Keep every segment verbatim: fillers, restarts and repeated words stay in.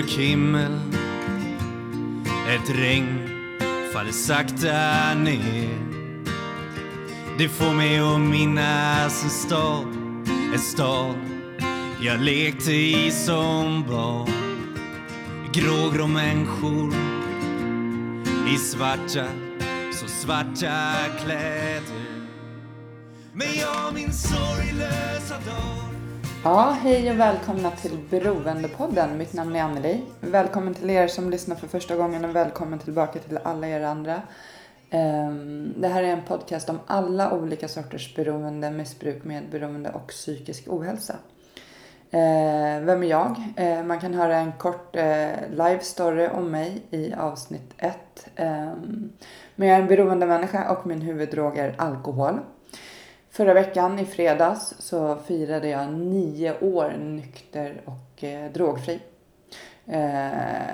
mörk himmel. Ett regn faller sakta ner. Det får mig att minnas en stad, en stad jag lekte i som barn. Grågrå människor i svarta, så svarta kläder. Men jag min sorglösa dag. Ja, hej och välkomna till Beroendepodden. Mitt namn är Anneli. Välkommen till er som lyssnar för första gången och välkommen tillbaka till alla er andra. Det här är en podcast om alla olika sorters beroende, missbruk, medberoende och psykisk ohälsa. Vem är jag? Man kan höra en kort live story om mig i avsnitt ett. Men jag är en beroende människa och min huvuddrog är alkohol. Förra veckan i fredags så firade jag nio år nykter och eh, drogfri. Eh,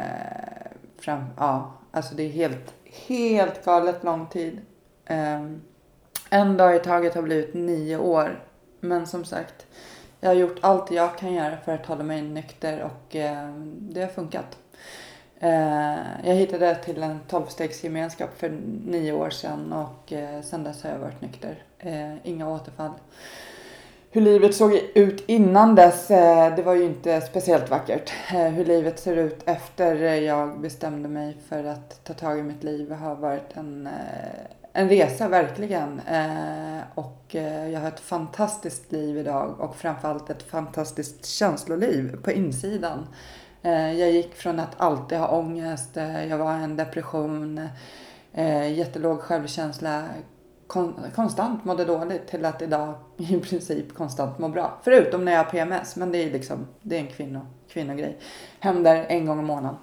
fram, ja, alltså det är helt, helt galet lång tid. Eh, en dag i taget har blivit nio år. Men som sagt, jag har gjort allt jag kan göra för att hålla mig nykter och eh, det har funkat. Eh, jag hittade till en tolvstegsgemenskap för nio år sedan och eh, sedan dess har jag varit nykter. Eh, inga återfall. Hur livet såg ut innan dess, eh, det var ju inte speciellt vackert. Eh, hur livet ser ut efter jag bestämde mig för att ta tag i mitt liv har varit en, eh, en resa verkligen. Eh, och eh, jag har ett fantastiskt liv idag och framförallt ett fantastiskt känsloliv på insidan. Jag gick från att alltid ha ångest, jag var i en depression, jättelåg självkänsla, konstant mådde dåligt till att idag i princip konstant må bra. Förutom när jag har P M S, men det är liksom, det är en kvinno, kvinnogrej. Händer en gång i månaden.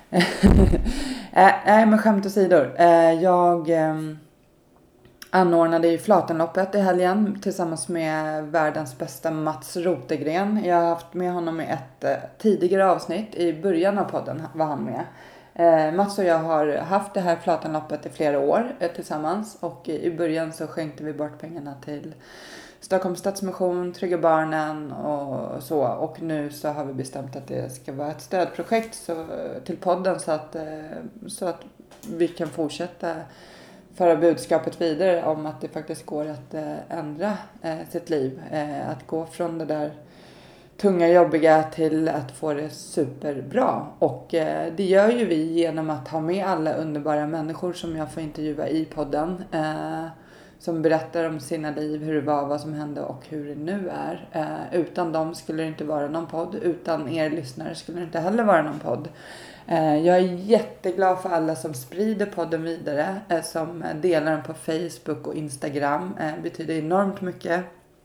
Nej men skämt åsidor. Jag anordnade i Flatenloppet i helgen tillsammans med världens bästa Mats Rotegren. Jag har haft med honom i ett tidigare avsnitt. I början av podden var han med. Eh, Mats och jag har haft det här Flatenloppet i flera år eh, tillsammans. Och i, i början så skänkte vi bort pengarna till Stockholms Stadsmission, Trygga Barnen och så. Och nu så har vi bestämt att det ska vara ett stödprojekt så, till podden så att, eh, så att vi kan fortsätta föra budskapet vidare om att det faktiskt går att eh, ändra eh, sitt liv. Eh, att gå från det där tunga, jobbiga till att få det superbra. Och eh, det gör ju vi genom att ha med alla underbara människor som jag får intervjua i podden. Eh, som berättar om sina liv, hur det var, vad som hände och hur det nu är. Eh, utan dem skulle det inte vara någon podd. Utan er lyssnare skulle det inte heller vara någon podd. Jag är jätteglad för alla som sprider podden vidare, som delar den på Facebook och Instagram. Det betyder enormt mycket.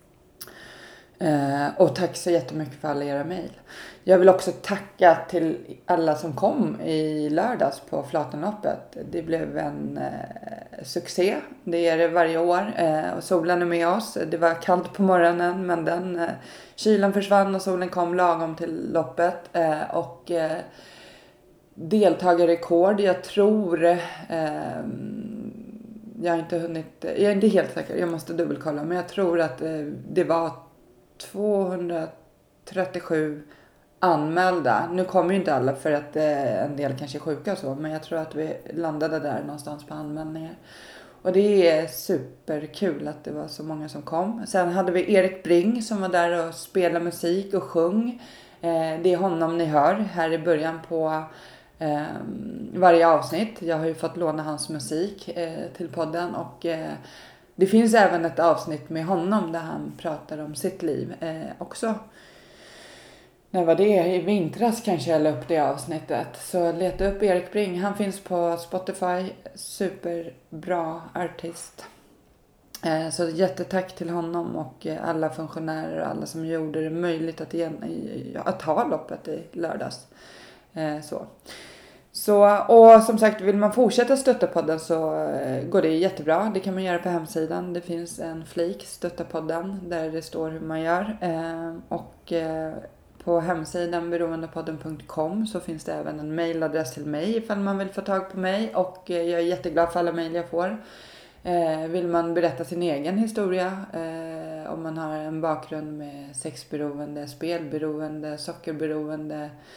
Och tack så jättemycket för alla era mejl. Jag vill också tacka till alla som kom i lördags på Flatenloppet. Det blev en succé. Det är det varje år. Och solen är med oss. Det var kallt på morgonen men den kylan försvann och solen kom lagom till loppet. Och deltagarrekord, jag tror eh, jag har inte hunnit, jag är inte helt säker, jag måste dubbelkolla, men jag tror att eh, det var tvåhundratrettiosju anmälda. Nu kommer ju inte alla för att eh, en del kanske är sjuka och så, men jag tror att vi landade där någonstans på anmälningar. Och det är superkul att det var så många som kom. Sen hade vi Erik Bring som var där och spelade musik och sjung. Eh, det är honom ni hör här i början på Eh, varje avsnitt. Jag har ju fått låna hans musik eh, till podden och eh, det finns även ett avsnitt med honom där han pratar om sitt liv eh, också. När var det? I vintras kanske jag la upp det avsnittet. Så leta upp Erik Bring. Han finns på Spotify. Superbra artist. Eh, så jättetack till honom och eh, alla funktionärer och alla som gjorde det möjligt att, igen, i, att ha loppet i lördags. Eh, så. Så, och som sagt, vill man fortsätta stötta podden så eh, går det jättebra. Det kan man göra på hemsidan. Det finns en flik, stötta podden, där det står hur man gör. Eh, och eh, på hemsidan beroendepodden punkt com så finns det även en mailadress till mig ifall man vill få tag på mig. Och eh, jag är jätteglad för alla mejl jag får. Eh, vill man berätta sin egen historia, eh, om man har en bakgrund med sexberoende, spelberoende, sockerberoende,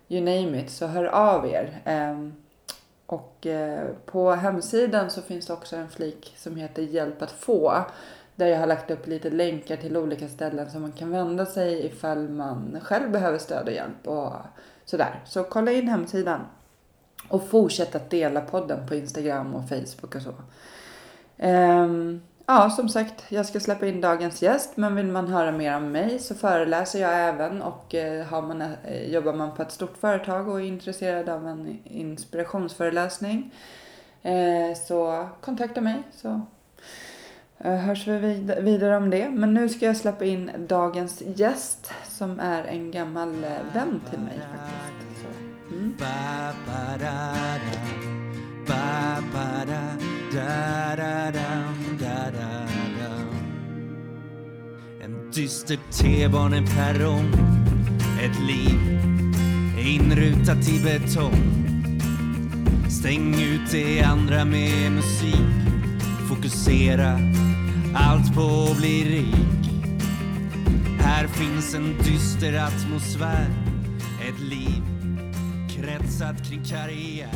you name it, så hör av er. Eh, och eh, på hemsidan så finns det också en flik som heter Hjälp att få. Där jag har lagt upp lite länkar till olika ställen som man kan vända sig ifall man själv behöver stöd och hjälp och sådär. Så kolla in hemsidan. Och fortsätt att dela podden på Instagram och Facebook och så. Um, ja, som sagt, jag ska släppa in dagens gäst. Men vill man höra mer om mig så föreläser jag även. Och uh, har man, uh, jobbar man på ett stort företag och är intresserad av en inspirationsföreläsning. Uh, så kontakta mig så uh, hörs vi vid- vidare om det. Men nu ska jag släppa in dagens gäst som är en gammal uh, vän till mig faktiskt. Så. Mm. En dyster T-baneperrong, ett liv inrutat i betong. Stäng ut det andra med musik, fokusera allt på att bli rik. Här finns en dyster atmosfär, ett liv kretsat kring karriär.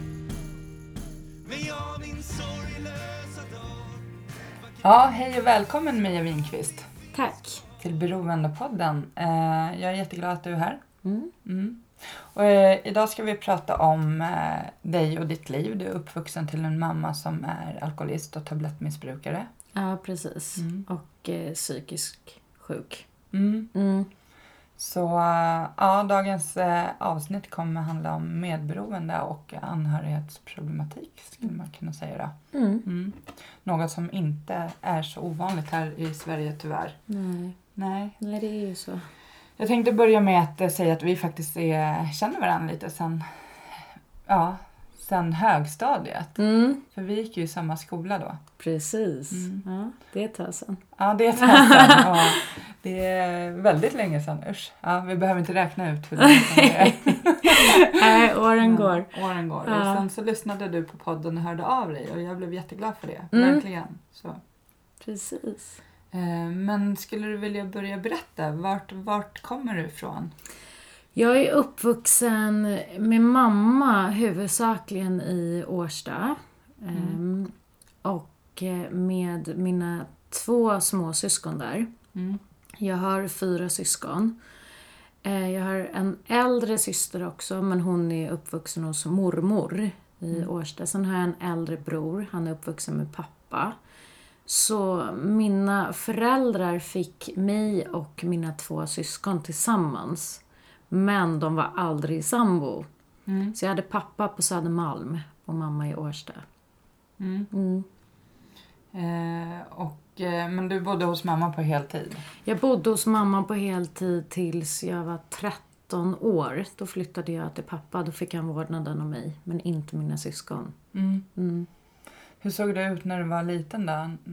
Men jag min sorglösa dag. Ja, hej och välkommen Mia Winqvist Tack. till Beroendepodden. Eh, jag är jätteglad att du är här. Mm. Mm. Och, eh, idag ska vi prata om eh, dig och ditt liv. Du är uppvuxen till en mamma som är alkoholist och tablettmissbrukare. Ja, precis. Mm. Och eh, psykisk sjuk. Mm. Mm. Så eh, ja, dagens eh, avsnitt kommer handla om medberoende och anhörighetsproblematik skulle man kunna säga då. Mm. Mm. Något som inte är så ovanligt här i Sverige tyvärr. Nej. Nej. Nej, det är ju så. Jag tänkte börja med att eh, säga att vi faktiskt är, känner varandra lite sen, ja, sen högstadiet. Mm. För vi gick ju i samma skola då. Precis. Mm. Ja, det är ett tag sedan. Ja, det är ett tag sedan. Ja, det är väldigt länge sedan. Usch. Ja, vi behöver inte räkna ut hur länge sedan det är. Nej, åren går. Ja, åren går. Ja. Och sen så lyssnade du på podden och hörde av dig. Och jag blev jätteglad för det. Mm. Verkligen. Så. Precis. Eh, Men skulle du vilja börja berätta? Vart, vart kommer du ifrån? Jag är uppvuxen med mamma huvudsakligen i Årsta. Mm. Ehm, och eh, med mina två små syskon där. Mm. Jag har fyra syskon. Eh, Jag har en äldre syster också, men hon är uppvuxen hos mormor i Mm. Årsta. Sen har jag en äldre bror, han är uppvuxen med pappa. Så mina föräldrar fick mig och mina två syskon tillsammans. Men de var aldrig sambo. Mm. Så jag hade pappa på Södermalm och mamma i Årsta. Mm. Mm. Eh, och, eh, men du bodde hos mamma på heltid? Jag bodde hos mamma på heltid tills jag var tretton år. Då flyttade jag till pappa. Då fick han vårdnaden om mig. Men inte mina syskon. Mm. Mm. Hur såg det ut när du var liten då?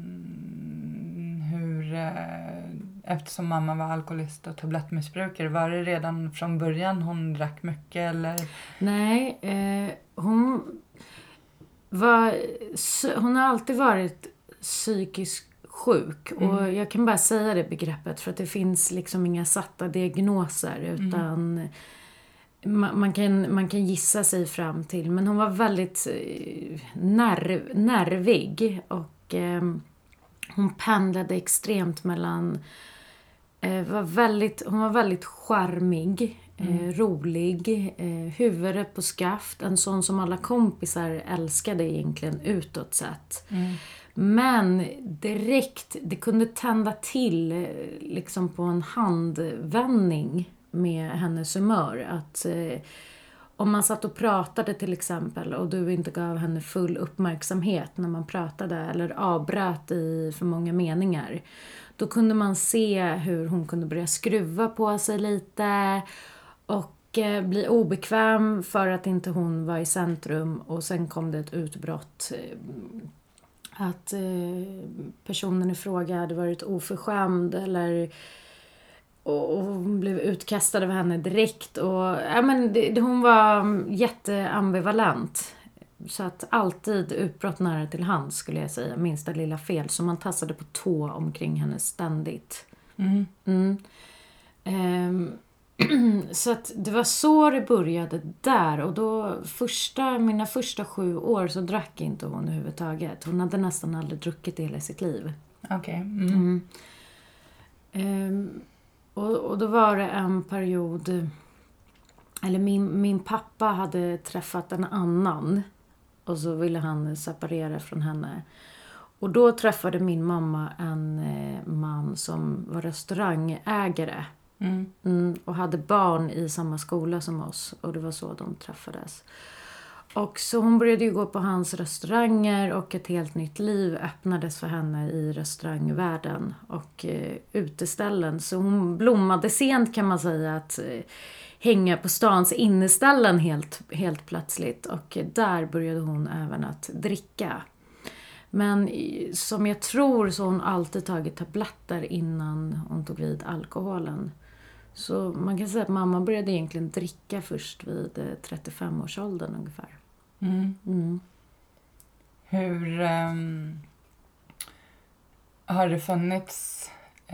Mm, hur, eh, eftersom mamma var alkoholist och tablettmissbrukare, var det redan från början hon drack mycket eller? Nej, eh, hon var... Hon har alltid varit psykiskt sjuk. Mm. Och jag kan bara säga det begreppet för att det finns liksom inga satta diagnoser. Utan Mm. man, man, kan, man kan gissa sig fram till. Men hon var väldigt eh, nerv, nervig. Och eh, hon pendlade extremt mellan... Eh, var väldigt, hon var väldigt charmig. Mm. Eh, rolig. Eh, huvudet på skaft. En sån som alla kompisar älskade egentligen utåt sett. Mm. Men direkt, det kunde tända till eh, liksom på en handvändning med hennes humör. Att eh, om man satt och pratade till exempel och du inte gav henne full uppmärksamhet när man pratade eller avbröt i för många meningar. Då kunde man se hur hon kunde börja skruva på sig lite och eh, bli obekväm för att inte hon var i centrum. Och sen kom det ett utbrott. Eh, Att eh, personen i fråga hade varit oförskämd eller och, och hon blev utkastad av henne direkt. Och, ja, men det, det, hon var jätteambivalent. Så att alltid utbrott nära till hand skulle jag säga. Minsta lilla fel. Så man tassade på tå omkring henne ständigt. Mm. Mm. Ehm, så att det var så det började där. Och då första, mina första sju år så drack inte hon överhuvudtaget. Hon hade nästan aldrig druckit i hela sitt liv. Okej. Okay. Mm. Mm. Ehm, och, och då var det en period... Eller min, min pappa hade träffat en annan. Och så ville han separera från henne. Och då träffade min mamma en eh, man som var restaurangägare. Mm. Mm, och hade barn i samma skola som oss. Och det var så de träffades. Och så hon började ju gå på hans restauranger. Och ett helt nytt liv öppnades för henne i restaurangvärlden. Och eh, uteställen. Så hon blommade sent kan man säga att... Eh, hänga på stans inneställen helt, helt plötsligt. Och där började hon även att dricka. Men som jag tror så har hon alltid tagit tabletter innan hon tog vid alkoholen. Så man kan säga att mamma började egentligen dricka först vid trettiofem-årsåldern ungefär. Mm. Mm. Hur um, har det funnits...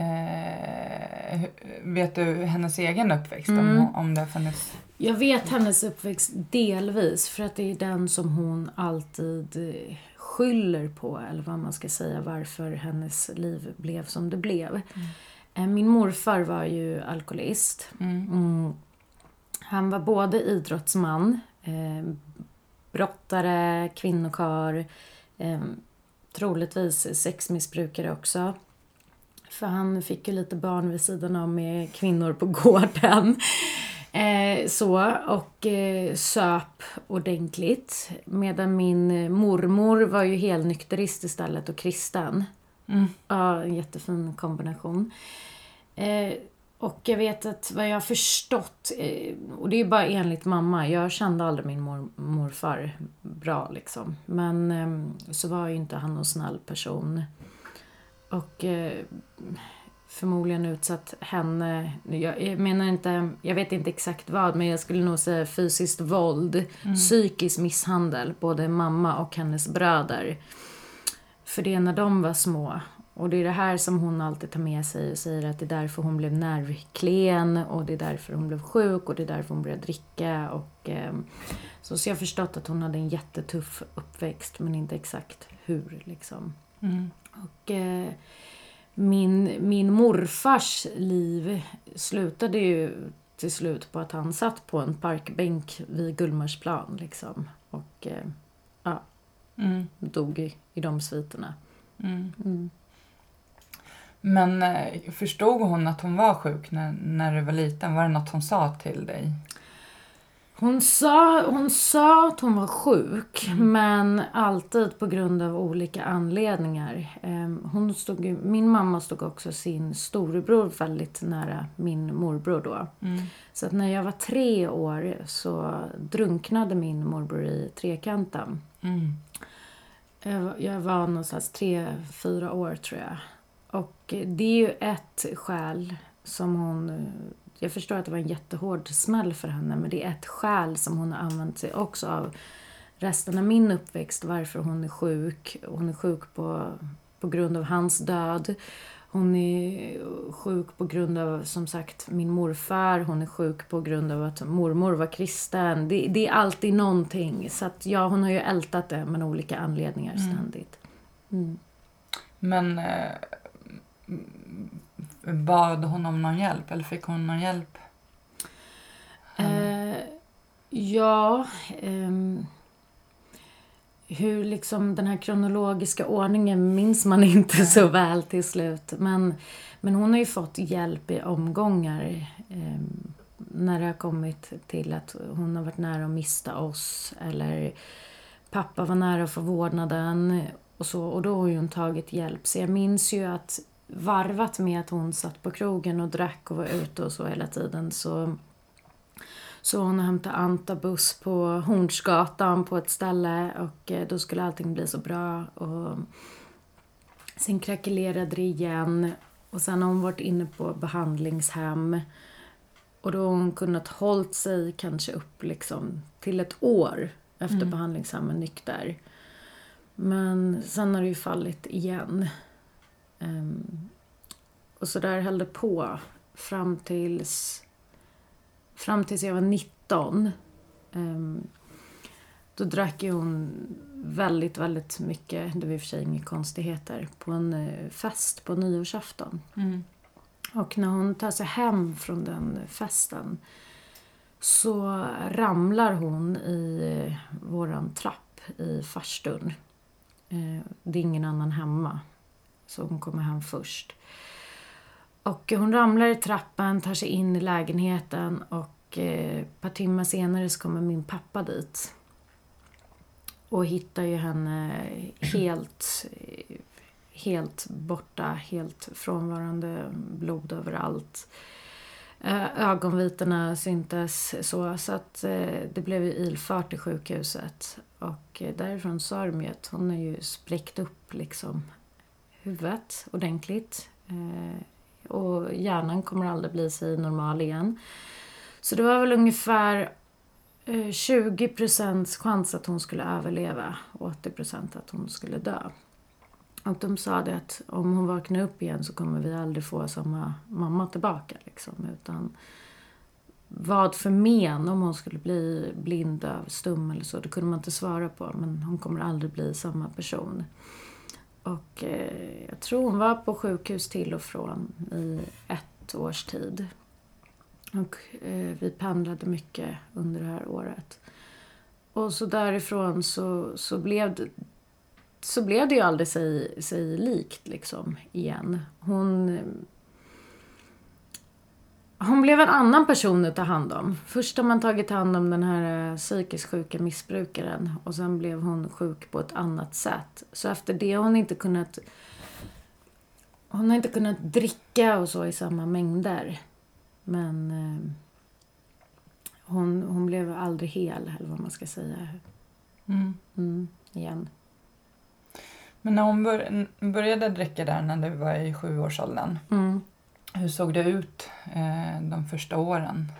Eh, vet du hennes egen uppväxt? Mm. Om, om det har funnits... Jag vet hennes uppväxt delvis. För att det är den som hon alltid skyller på. Eller vad man ska säga. Varför hennes liv blev som det blev. Mm. Min morfar var ju alkoholist. Mm. Mm. Han var både idrottsman. Eh, brottare, kvinnokar. Eh, troligtvis sexmissbrukare också. För han fick ju lite barn vid sidan av med kvinnor på gården. Eh, så, och eh, söp ordentligt. Medan min mormor var ju helnykterist istället och kristen. Mm. Ja, en jättefin kombination. Eh, och jag vet att vad jag har förstått, eh, och det är ju bara enligt mamma. Jag kände aldrig min mor, morfar bra liksom. Men eh, så var ju inte han någon snäll person. Och eh, förmodligen utsatt henne, jag, jag menar inte, jag vet inte exakt vad, men jag skulle nog säga fysiskt våld, mm. psykisk misshandel, både mamma och hennes bröder. För det är när de var små. Och det är det här som hon alltid tar med sig och säger att det är därför hon blev nervklen och det är därför hon blev sjuk och det är därför hon började dricka. Och, eh, så, så jag har förstått att hon hade en jättetuff uppväxt, men inte exakt hur liksom. Mm. Och eh, min, min morfars liv slutade ju till slut på att han satt på en parkbänk vid Gullmarsplan liksom. Och eh, ja, mm. dog i, i de sviterna. Mm. Mm. Men eh, förstod hon att hon var sjuk när, när du var liten? Var det något hon sa till dig? Hon sa, hon sa att hon var sjuk, mm. men alltid på grund av olika anledningar. Hon stod, min mamma stod också sin storebror väldigt nära min morbror då. Mm. Så att när jag var tre år så drunknade min morbror i trekanten. Mm. Jag, jag var någonstans tre, fyra år tror jag. Och det är ju ett skäl som hon... Jag förstår att det var en jättehård smäll för henne. Men det är ett skäl som hon har använt sig också av resten av min uppväxt. Varför hon är sjuk. Hon är sjuk på, på grund av hans död. Hon är sjuk på grund av, som sagt, min morfar. Hon är sjuk på grund av att mormor var kristen. Det, det är alltid någonting. Så att ja, hon har ju ältat det med olika anledningar ständigt. Mm. Men... Eh... bad hon om någon hjälp? Eller fick hon någon hjälp? Eh, ja. Eh, hur liksom den här kronologiska ordningen minns man inte så väl till slut. Men, men hon har ju fått hjälp i omgångar. Eh, när det har kommit till att hon har varit nära att mista oss. Eller pappa var nära att få vårdnaden. Och, så, och då har hon tagit hjälp. Så jag minns ju att varvat med att hon satt på krogen och drack och var ute och så hela tiden, så så hon hämtade antabuss på Hornsgatan på ett ställe, och då skulle allting bli så bra, och sen krackelerade det igen, och sen har hon varit inne på behandlingshem, och då har hon kunnat hållt sig kanske upp liksom till ett år efter mm. behandlingshemmen nykter, men sen har det ju fallit igen. Um, och så där höll det på fram tills fram tills jag var nitton. Um, då drack ju hon väldigt, väldigt mycket. Det var i och för sig inga konstigheter. På en uh, fest på nyårsafton. Mm. Och när hon tar sig hem från den festen så ramlar hon i uh, våran trapp i farstun. Uh, det är ingen annan hemma. Så hon kommer hem först. Och hon ramlar i trappen, tar sig in i lägenheten och eh, ett par timmar senare så kommer min pappa dit. Och hittar ju henne helt, helt borta, helt frånvarande, blod överallt. Eh, ögonvitorna syntes så, så att eh, det blev ju ilfart till sjukhuset. Och eh, därifrån sa de ju att hon har ju spräckt upp liksom huvudet ordentligt. Eh, och hjärnan kommer aldrig bli sig normal igen. Så det var väl ungefär eh, tjugo procent chans att hon skulle överleva. Och åttio procent att hon skulle dö. Och de sa det att om hon vaknar upp igen så kommer vi aldrig få samma mamma tillbaka. Liksom, utan vad för men om hon skulle bli blind, döv, stum eller så. Det kunde man inte svara på. Men hon kommer aldrig bli samma person. Och eh, jag tror hon var på sjukhus till och från i ett års tid. Och eh, vi pendlade mycket under det här året. Och så därifrån så, så, blev, det, så blev det ju aldrig sig, sig likt liksom igen. Hon... Hon blev en annan person att ta hand om. Först har man tagit hand om den här psykiskt sjuka missbrukaren. Och sen blev hon sjuk på ett annat sätt. Så efter det har hon inte kunnat... Hon har inte kunnat dricka och så i samma mängder. Men eh, hon, hon blev aldrig hel, eller vad man ska säga. Mm. Mm, igen. Men när hon bör, började dricka där när du var i sjuårsåldern. Mm. Hur såg det ut eh, de första åren?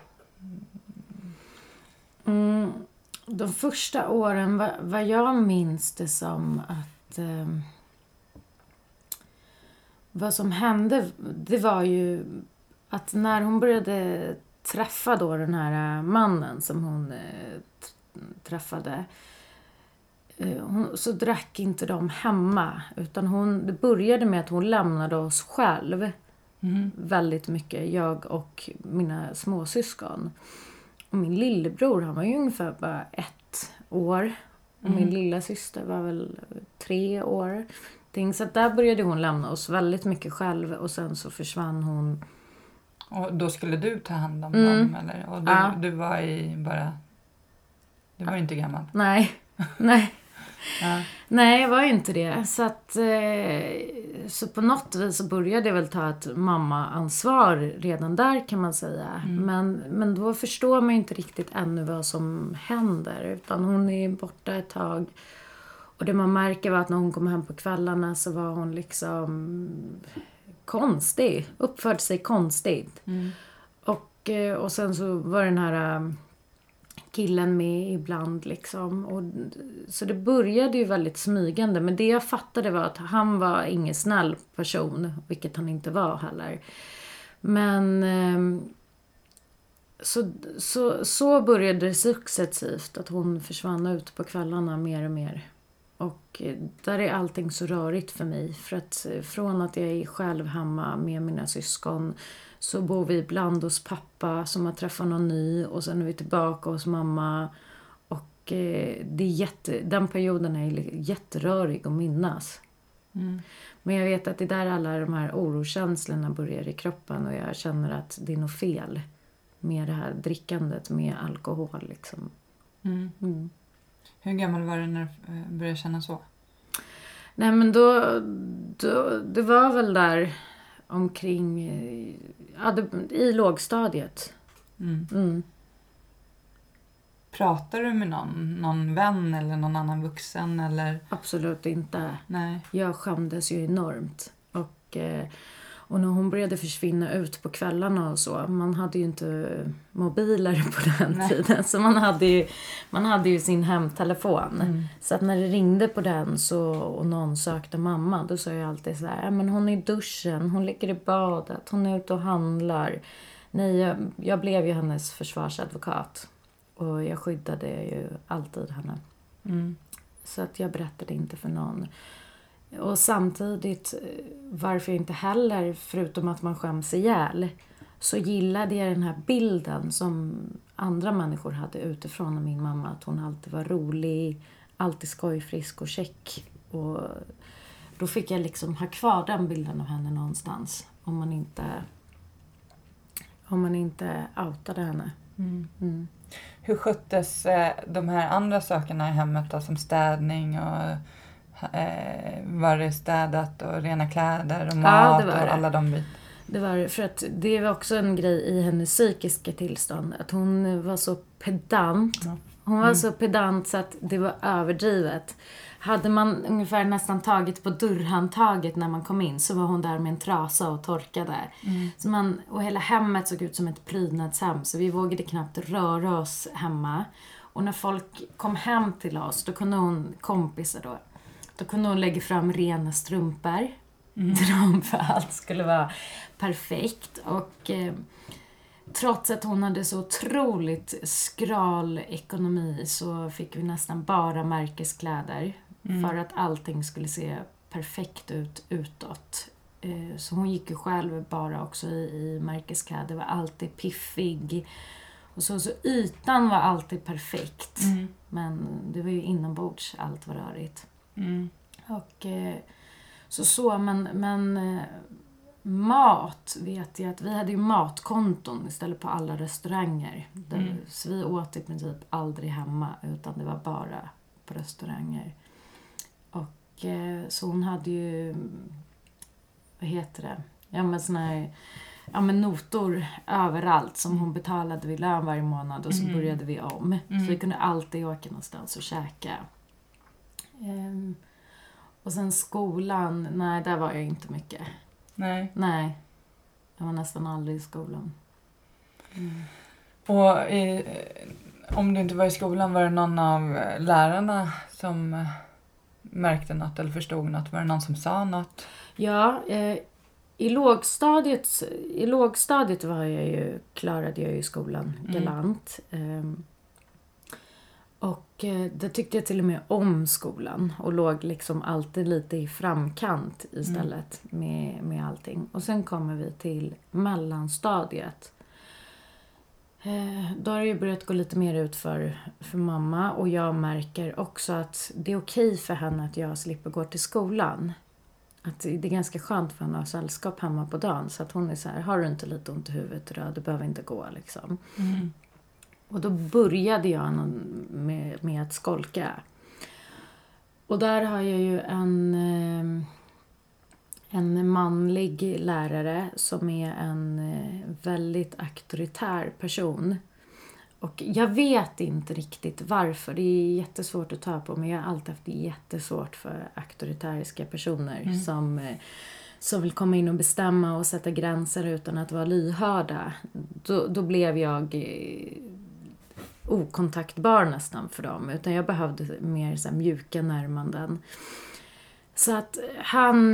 Mm, de första åren, vad, vad jag minns det som att eh, vad som hände, det var ju att när hon började träffa då den här mannen som hon eh, träffade, eh, hon, så drack inte de hemma, utan hon, det började med att hon lämnade oss själv. Mm. Väldigt mycket, jag och mina småsyskon. Och min lillebror, han var ju ungefär bara ett år. Och mm. min lilla syster var väl tre år. Så att där började hon lämna oss väldigt mycket själv. Och sen så försvann hon. Och då skulle du ta hand om mm. dem? Eller? Och du, ja. du var i bara... Du var ja. inte gammal. Nej, nej. ja. Nej, jag var ju inte det. Så att eh, så på något vis så började jag väl ta ett mamma-ansvar redan där, kan man säga. Mm. Men, men då förstår man ju inte riktigt ännu vad som händer. Utan hon är borta ett tag. Och det man märker var att när hon kom hem på kvällarna så var hon liksom konstig. Uppförde sig konstigt. Mm. Och, och sen så var den här killen med ibland liksom. Och, så det började ju väldigt smygande. Men det jag fattade var att han var ingen snäll person. Vilket han inte var heller. Men så, så, så började det successivt. Att hon försvann ut på kvällarna mer och mer. Och där är allting så rörigt för mig. För att från att jag är själv hemma med mina syskon, så bor vi ibland hos pappa som har träffat någon ny. Och sen är vi tillbaka hos mamma. Och eh, det är jätte, den perioden är jätterörig att minnas. Mm. Men jag vet att det är där alla de här oroskänslorna börjar i kroppen. Och jag känner att det är något fel med det här drickandet med alkohol liksom. Mm. Mm. Hur gammal var du när du började känna så? Nej, men då, då det var väl där omkring ja, det, i lågstadiet. Mm. Mm. Pratar du med någon, någon vän eller någon annan vuxen eller? Absolut inte. Nej. Jag skämdes ju enormt. Och eh, Och när hon började försvinna ut på kvällarna och så. Man hade ju inte mobiler på den Nej. tiden. Så man hade ju, man hade ju sin hemtelefon. Mm. Så att när det ringde på den så, och någon sökte mamma. Då sa jag alltid så här. Men hon är i duschen, hon ligger i badet, hon är ute och handlar. nej, jag, jag blev ju hennes försvarsadvokat. Och jag skyddade ju alltid henne. Mm. Så att jag berättade inte för någon. Och samtidigt, varför inte heller, förutom att man skäms ihjäl, så gillade jag den här bilden som andra människor hade utifrån av min mamma. Att hon alltid var rolig, alltid skojfrisk och check. Och då fick jag liksom ha kvar den bilden av henne någonstans. Om man inte, om man inte outade henne. Mm. Mm. Hur sköttes eh, de här andra sakerna i hemmet då, som städning och eh, var det städat och rena kläder och mat Ja, det var och det. alla de bitarna? Det var för att det var också en grej i hennes psykiska tillstånd. Att hon var så pedant. Ja. Hon var Mm. så pedant så att det var överdrivet. Hade man ungefär nästan tagit på dörrhandtaget när man kom in, så var hon där med en trasa och torkade. Mm. Så man, och hela hemmet såg ut som ett prydnadshem, så vi vågade knappt röra oss hemma. Och när folk kom hem till oss, då kunde hon, kompisar då, då kunde hon lägga fram rena strumpor. Mm. Till dem, för allt skulle vara perfekt. Och eh, trots att hon hade så otroligt skral ekonomi, så fick vi nästan bara märkeskläder. Mm. För att allting skulle se perfekt ut utåt. Eh, så hon gick ju själv bara också i, i märkeskläder. Var alltid piffig. Och så, så ytan var alltid perfekt. Mm. Men det var ju inombords, allt var rörigt. Mm. Och eh, så så, men, men eh, mat vet jag att vi hade ju matkonton istället på alla restauranger. Där, Mm. Så vi åt i princip aldrig hemma, utan det var bara på restauranger. Och eh, så hon hade ju, vad heter det? Ja men såna här, ja men notor överallt som hon betalade vid lön varje månad, och så Mm. började vi om. Mm. Så vi kunde alltid åka någonstans och käka. Um, och sen skolan, nej där var jag inte mycket. Nej. Nej, jag var nästan aldrig i skolan. Mm. Och i, om du inte var i skolan, var det någon av lärarna som eh, märkte något eller förstod något? Var det någon som sa något? Ja, eh, i lågstadiet, i lågstadiet var jag ju, klarade jag ju skolan Mm. galant. Eh, och eh, det tyckte jag till och med om skolan. Och låg liksom alltid lite i framkant istället mm. med, med allting. Och sen kommer vi till mellanstadiet. Eh, då har det ju börjat gå lite mer ut för, för mamma. Och jag märker också att det är okej för henne att jag slipper gå till skolan. Att det är ganska skönt för henne att ha sällskap hemma på dagen. Så att hon är så här, har du inte lite ont i huvudet idag? Du behöver inte gå liksom. Mm. Och då började jag med, med att skolka. Och där har jag ju en, en manlig lärare som är en väldigt auktoritär person. Och jag vet inte riktigt varför. Det är jättesvårt att ta på, men jag har alltid haft jättesvårt för auktoritäriska personer mm. som, som vill komma in och bestämma och sätta gränser utan att vara lyhörda. Då, då blev jag okontaktbar nästan för dem, utan jag behövde mer så här mjuka närmanden. Så att han,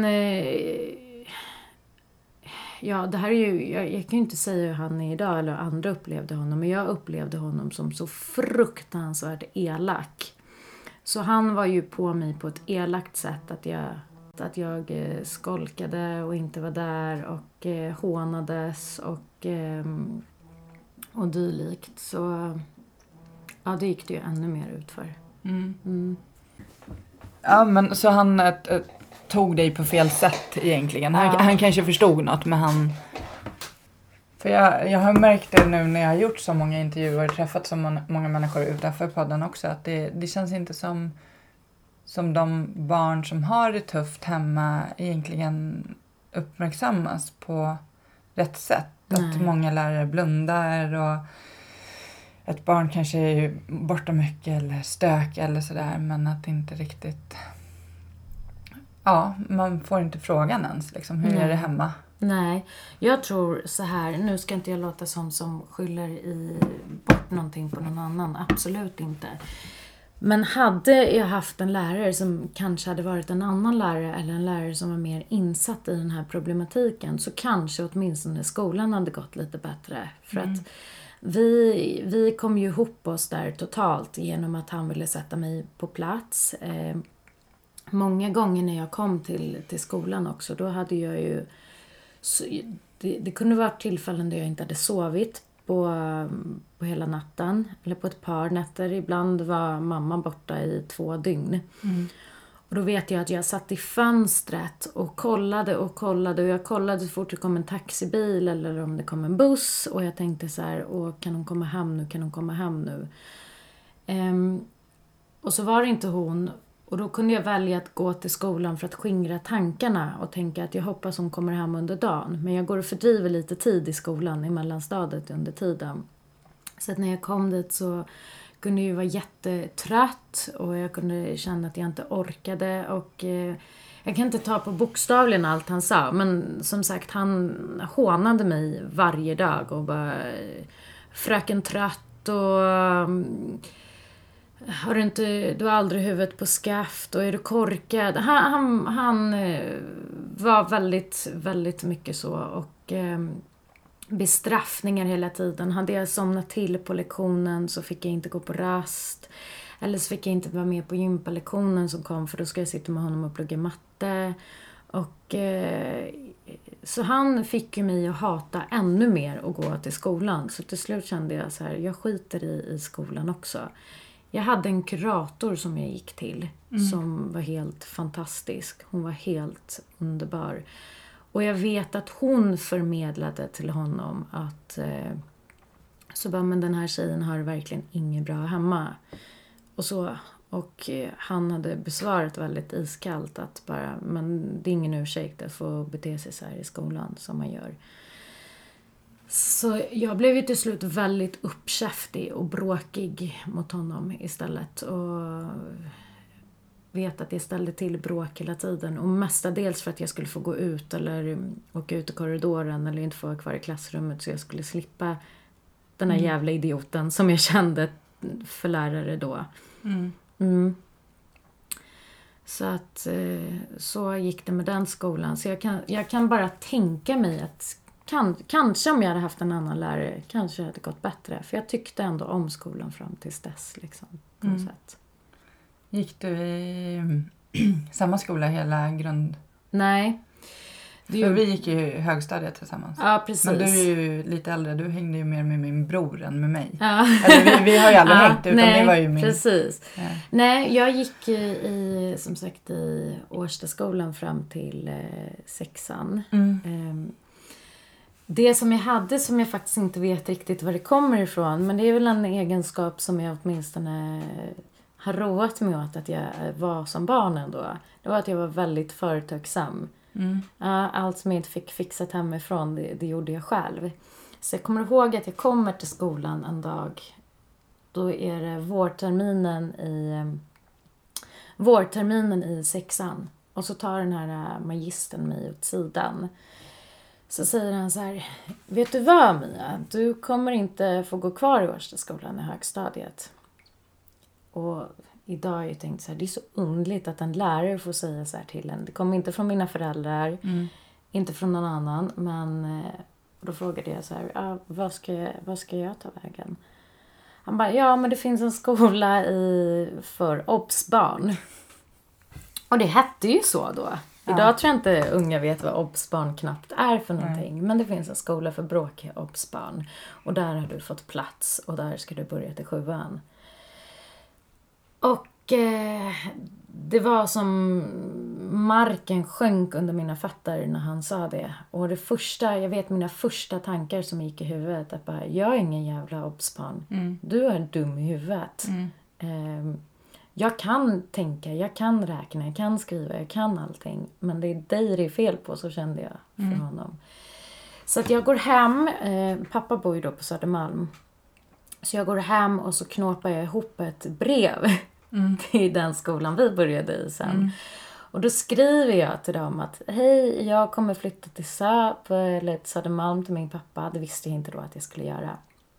ja det här är ju, jag, jag kan ju inte säga hur han är idag eller andra upplevde honom, men jag upplevde honom som så fruktansvärt elak. Så han var ju på mig på ett elakt sätt, att jag, att jag skolkade och inte var där och eh, hånades och, eh, och dylikt. Så ja, det gick det ju ännu mer ut för. Mm. Mm. Ja, men så han äh, tog dig på fel sätt egentligen. Han, ja. han kanske förstod något, men han... För jag, jag har märkt det nu när jag har gjort så många intervjuer och träffat så många, många människor utanför podden också, att det, det känns inte som, som de barn som har det tufft hemma egentligen uppmärksammas på rätt sätt. Nej. Att många lärare blundar och ett barn kanske är borta mycket eller stök eller sådär, men att inte riktigt... Ja, man får inte frågan ens liksom, hur Nej. är det hemma? Nej, jag tror så här, nu ska inte jag låta som som skyller i bort någonting på någon annan, absolut inte. Men hade jag haft en lärare som kanske hade varit en annan lärare eller en lärare som var mer insatt i den här problematiken, så kanske åtminstone skolan hade gått lite bättre. För mm. att vi, vi kom ju ihop oss där totalt genom att han ville sätta mig på plats. Eh, många gånger när jag kom till, till skolan också, då hade jag ju... Så, det, det kunde vara tillfällen där jag inte hade sovit på, på hela natten. Eller på ett par nätter. Ibland var mamma borta i två dygn. Mm. Och då vet jag att jag satt i fönstret och kollade och kollade. Och jag kollade så fort det kom en taxibil eller om det kom en buss. Och jag tänkte så här, åh, kan hon komma hem nu? Kan hon komma hem nu? Um, och så var det inte hon. Och då kunde jag välja att gå till skolan för att skingra tankarna och tänka att jag hoppas hon kommer hem under dagen. Men jag går och fördriver lite tid i skolan i mellanstadiet under tiden. Så att när jag kom dit så kunde jag vara jättetrött och jag kunde känna att jag inte orkade. Och eh, jag kan inte ta på bokstavligen allt han sa, men som sagt, han hånade mig varje dag och bara fröken trött och... Har du inte, du har aldrig huvudet på skaft och är du korkad? Han, han, han var väldigt, väldigt mycket så. Och eh, bestraffningar hela tiden. Hade jag somnat till på lektionen så fick jag inte gå på rast. Eller så fick jag inte vara med på gympalektionen som kom, för då ska jag sitta med honom och plugga matte. Och eh, så han fick ju mig att hata ännu mer och gå till skolan. Så till slut kände jag så här, jag skiter i, i skolan också. Jag hade en kurator som jag gick till mm. som var helt fantastisk. Hon var helt underbar. Och jag vet att hon förmedlade till honom att eh, så bara, men den här tjejen har verkligen inget bra hemma. Och så, och eh, han hade besvarat väldigt iskallt att bara, men det är ingen ursäkt att få bete sig så här i skolan som man gör. Så jag blev ju till slut väldigt uppkäftig och bråkig mot honom istället. Och vet att jag ställde till bråk hela tiden. Och mestadels för att jag skulle få gå ut eller åka ut i korridoren eller inte få vara kvar i klassrummet. Så jag skulle slippa den här mm. jävla idioten som jag kände för lärare då. Mm. Mm. Så att så gick det med den skolan. Så jag kan, jag kan bara tänka mig att Kan, kanske om jag hade haft en annan lärare kanske hade gått bättre. För jag tyckte ändå om skolan fram tills dess. Liksom, på något mm. sätt. Gick du i samma skola hela grund? Nej. För ju... vi gick ju högstadiet tillsammans. Ja, precis. Men du är ju lite äldre. Du hängde ju mer med min bror än med mig. Ja. Eller, vi, vi har ju aldrig ja, hängt utan nej, det var ju min... precis. Ja. Nej, jag gick i, som sagt, i Årstaskolan fram till eh, sexan. Mm. Um, Det som jag hade som jag faktiskt inte vet riktigt var det kommer ifrån. Men det är väl en egenskap som jag åtminstone har roat mig åt att jag var som barn ändå. Det var att jag var väldigt företagsam. Mm. Allt som jag inte fick fixat hemifrån, det, det gjorde jag själv. Så jag kommer ihåg att jag kommer till skolan en dag. Då är det vårterminen i, vårterminen i sexan. Och så tar den här magistern mig åt sidan. Så säger han så här, vet du vad Mia? Du kommer inte få gå kvar i Årstaskolan i högstadiet. Och idag har jag tänkt så här, det är så underligt att en lärare får säga så här till en. Det kommer inte från mina föräldrar, mm. inte från någon annan. Men då frågade jag så här, ah, vad, ska jag, vad ska jag ta vägen? Han bara, ja men det finns en skola i, för obsbarn. Och det hette ju så då. Idag ja. tror jag inte unga vet vad obsbarn knappt är för någonting. Nej. Men det finns en skola för bråkiga obsbarn. Och där har du fått plats. Och där ska du börja till sjuan. Och eh, det var som marken sjönk under mina fötter när han sa det. Och det första, jag vet mina första tankar som gick i huvudet. Att bara, jag är ingen jävla obsbarn. Mm. Du är dum i huvudet. Mm. Eh, Jag kan tänka, jag kan räkna, jag kan skriva, jag kan allting. Men det är dig det är fel på, så kände jag för mm. honom. Så att jag går hem, eh, pappa bor ju då på Södermalm. Så jag går hem och så knåpar jag ihop ett brev mm. till den skolan vi började i sen. Mm. Och då skriver jag till dem att hej, jag kommer flytta till Söp eller till Södermalm till min pappa. Det visste jag inte då att jag skulle göra.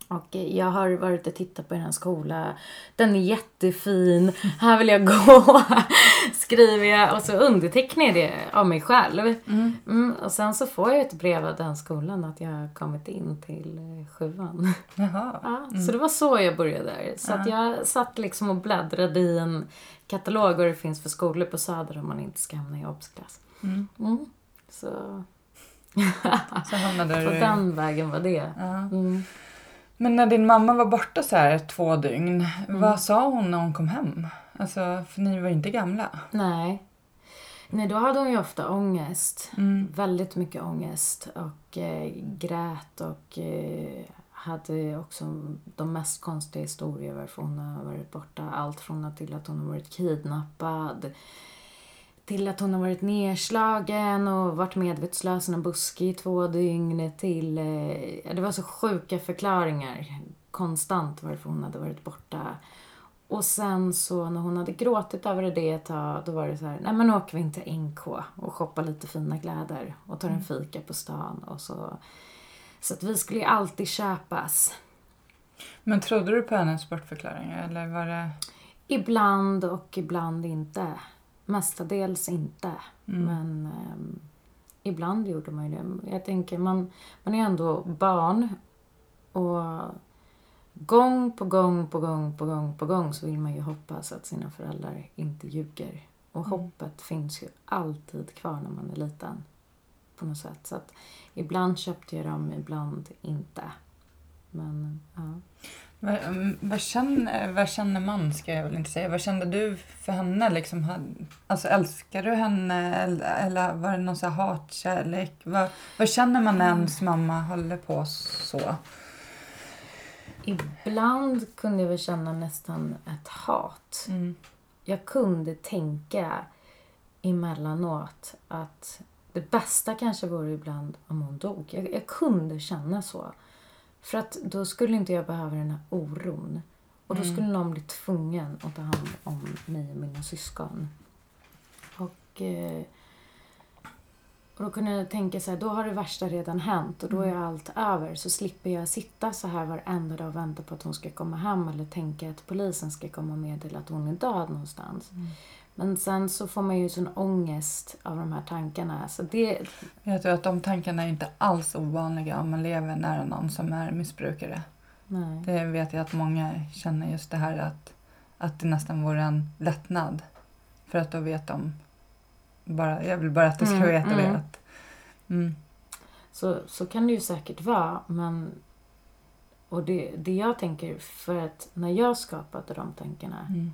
Och jag har varit och tittat på den skola. Den är jättefin. Här vill jag gå. Skriver jag. Och så undertecknar jag det av mig själv. Mm. Mm, och sen så får jag ett brev av den skolan att jag har kommit in till sjuan. Jaha. Ja, mm. Så det var så jag började där. Så att jag satt liksom och bläddrade i en katalog. Och det finns för skolor på Söder om man inte ska hamna i obsklass. Mm. Mm, så... så hamnade på du... den vägen var det. Ja. Mm. Men när din mamma var borta så här två dygn, mm. vad sa hon när hon kom hem? Alltså, för ni var ju inte gamla. Nej. Nej, då hade hon ju ofta ångest. Mm. Väldigt mycket ångest. Och eh, grät och eh, hade också de mest konstiga historier varför hon har varit borta. Allt från till att hon har varit kidnappad. Till att hon har varit nedslagen och varit medvetslös i en buske i två dygn. Till, eh, det var så sjuka förklaringar konstant varför hon hade varit borta. Och sen så när hon hade gråtit över det ett tag, då var det så här, nej men nu åker vi inte N K och shoppar lite fina kläder och tar en fika på stan. Och så, så att vi skulle ju alltid köpas. Men trodde du på hennes bortförklaringar eller var det... Ibland och ibland inte. Mestadels inte. Mm. Men eh, ibland gjorde man ju det. Jag tänker, man, man är ändå barn. Och gång på gång på gång på gång på gång så vill man ju hoppas att sina föräldrar inte ljuger. Och Mm. hoppet finns ju alltid kvar när man är liten. På något sätt. Så att ibland köpte jag dem, ibland inte. Men ja. Vad, vad, känner, vad känner man, ska jag väl inte säga. Vad kände du för henne? Liksom, alltså, älskar du henne? Eller, eller var det någon så här hatkärlek? Vad, vad känner man när ens mamma håller på så? Ibland kunde jag väl känna nästan ett hat. Mm. Jag kunde tänka emellanåt att det bästa kanske vore ibland om hon dog. Jag, jag kunde känna så. För att då skulle inte jag behöva den här oron. Och då skulle mm. någon bli tvungen att ta hand om mig och mina syskon. Och, eh, och då kunde jag tänka så här, då har det värsta redan hänt. Och då är allt över. Så slipper jag sitta så här varenda dag och vänta på att hon ska komma hem. Eller tänka att polisen ska komma med till att hon är död någonstans. Mm. Men sen så får man ju sån ångest av de här tankarna. Så det... Jag tror att de tankarna är inte alls ovanliga om man lever nära någon som är missbrukare. Nej. Det vet jag att många känner just det här att, att det nästan vore en lättnad. För att då vet de bara, jag vill bara att du ska mm, veta mm. det. Att, mm. så, så kan det ju säkert vara. Men, och det, det jag tänker, för att när jag skapade de tankarna... Mm.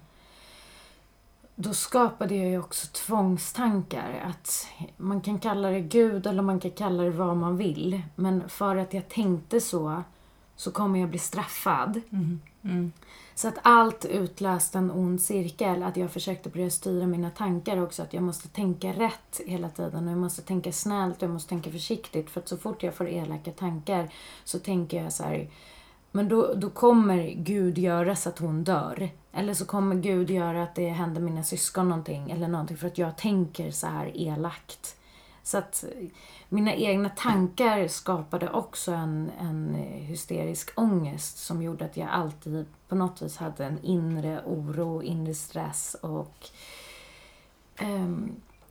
Då skapade jag ju också tvångstankar. Att man kan kalla det Gud eller man kan kalla det vad man vill. Men för att jag tänkte så, så kommer jag bli straffad. Mm. Mm. Så att allt utlöste en ond cirkel. Att jag försökte börja styra mina tankar också. Att jag måste tänka rätt hela tiden. Och jag måste tänka snällt och jag måste tänka försiktigt. För att så fort jag får elaka tankar så tänker jag så här... Men då, då kommer Gud göra så att hon dör. Eller så kommer Gud göra att det händer mina syskon någonting. Eller någonting för att jag tänker så här elakt. Så att mina egna tankar skapade också en, en hysterisk ångest. Som gjorde att jag alltid på något vis hade en inre oro, inre stress. Och um,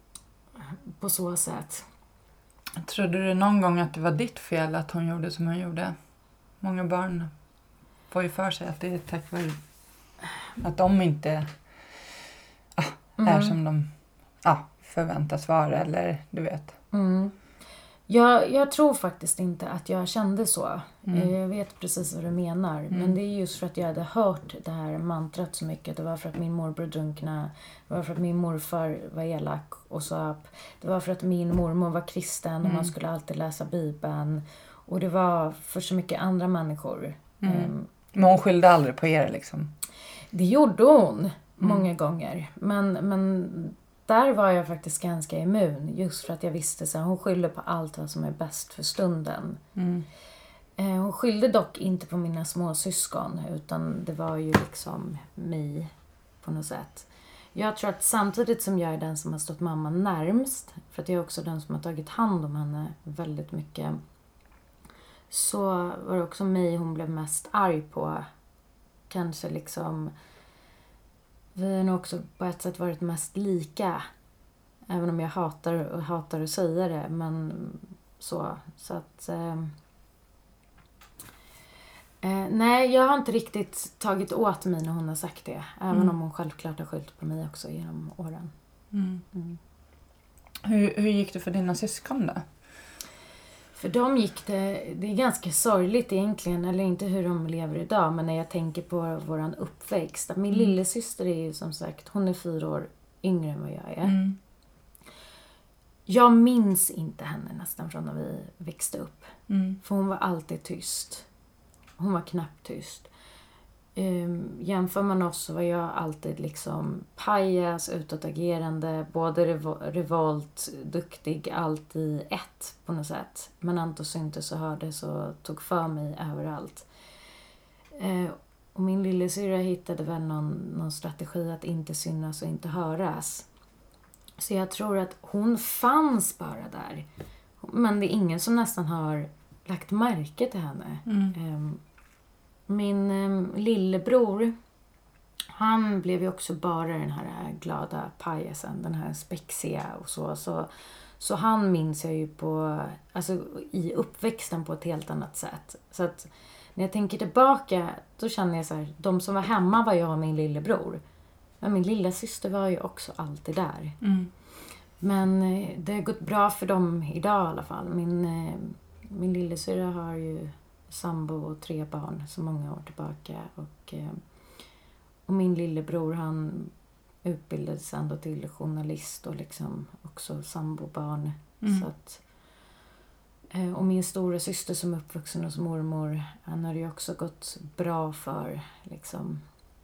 på så sätt. Trodde du någon gång att det var ditt fel att hon gjorde som hon gjorde? Många barn får ju för sig att det är tack vare att de inte ah, mm. är som de ah, förväntas vara. Eller du vet. Mm. Jag, jag tror faktiskt inte att jag kände så. Mm. Jag vet precis vad du menar. Mm. Men det är just för att jag hade hört det här mantrat så mycket. Det var för att min morbror drunknade. Det var för att min morfar var elak och söp. Det var för att min mormor var kristen och mm. man skulle alltid läsa Bibeln. Och det var för så mycket andra människor. Mm. Um, Men hon skyllde aldrig på er liksom? Det gjorde hon mm. många gånger. Men, men där var jag faktiskt ganska immun. Just för att jag visste så här, hon skyllde på allt vad som är bäst för stunden. Mm. Uh, hon skyllde dock inte på mina små syskon. Utan det var ju liksom mig på något sätt. Jag tror att samtidigt som jag är den som har stått mamma närmst. För att jag är också den som har tagit hand om henne väldigt mycket. så var det också mig hon blev mest arg på. Kanske liksom... Vi har nog också på ett sätt varit mest lika. Även om jag hatar, hatar att säga det. Men så. Så att... Eh, eh, nej, jag har inte riktigt tagit åt mig när hon har sagt det. Även mm. om hon självklart har skyllt på mig också genom åren. Mm. Mm. Hur, hur gick det för dina syskon då? För dem gick det, det är ganska sorgligt egentligen, eller inte hur de lever idag, men när jag tänker på våran uppväxt. Min mm. lillasyster är ju som sagt, hon är fyra år yngre än vad jag är. Mm. Jag minns inte henne nästan från när vi växte upp. Mm. För hon var alltid tyst. Hon var knappt tyst. Um, jämför man oss så var jag alltid liksom pajas, utåtagerande, både revo- revolt, duktig, allt i ett på något sätt. Men Anton syntes och hördes och tog för mig överallt. Uh, och min lillasyra hittade väl någon, någon strategi att inte synas och inte höras. Så jag tror att hon fanns bara där. Men det är ingen som nästan har lagt märke till henne. Mm. Um, Min eh, lillebror, han blev ju också bara den här glada pajasen, den här spexiga och så. Så, så han minns jag ju på, alltså i uppväxten på ett helt annat sätt. Så att när jag tänker tillbaka, då känner jag så här, de som var hemma var jag och min lillebror. Men min lilla syster var ju också alltid där. Mm. Men eh, det har gått bra för dem idag i alla fall. Min, eh, min lillasyra har ju sambo och tre barn så många år tillbaka. Och, och min lillebror, han utbildade sig ändå till journalist och liksom också sambobarn. Mm. Så att, och min stora syster som är uppvuxen hos mormor, han har ju också gått bra för liksom,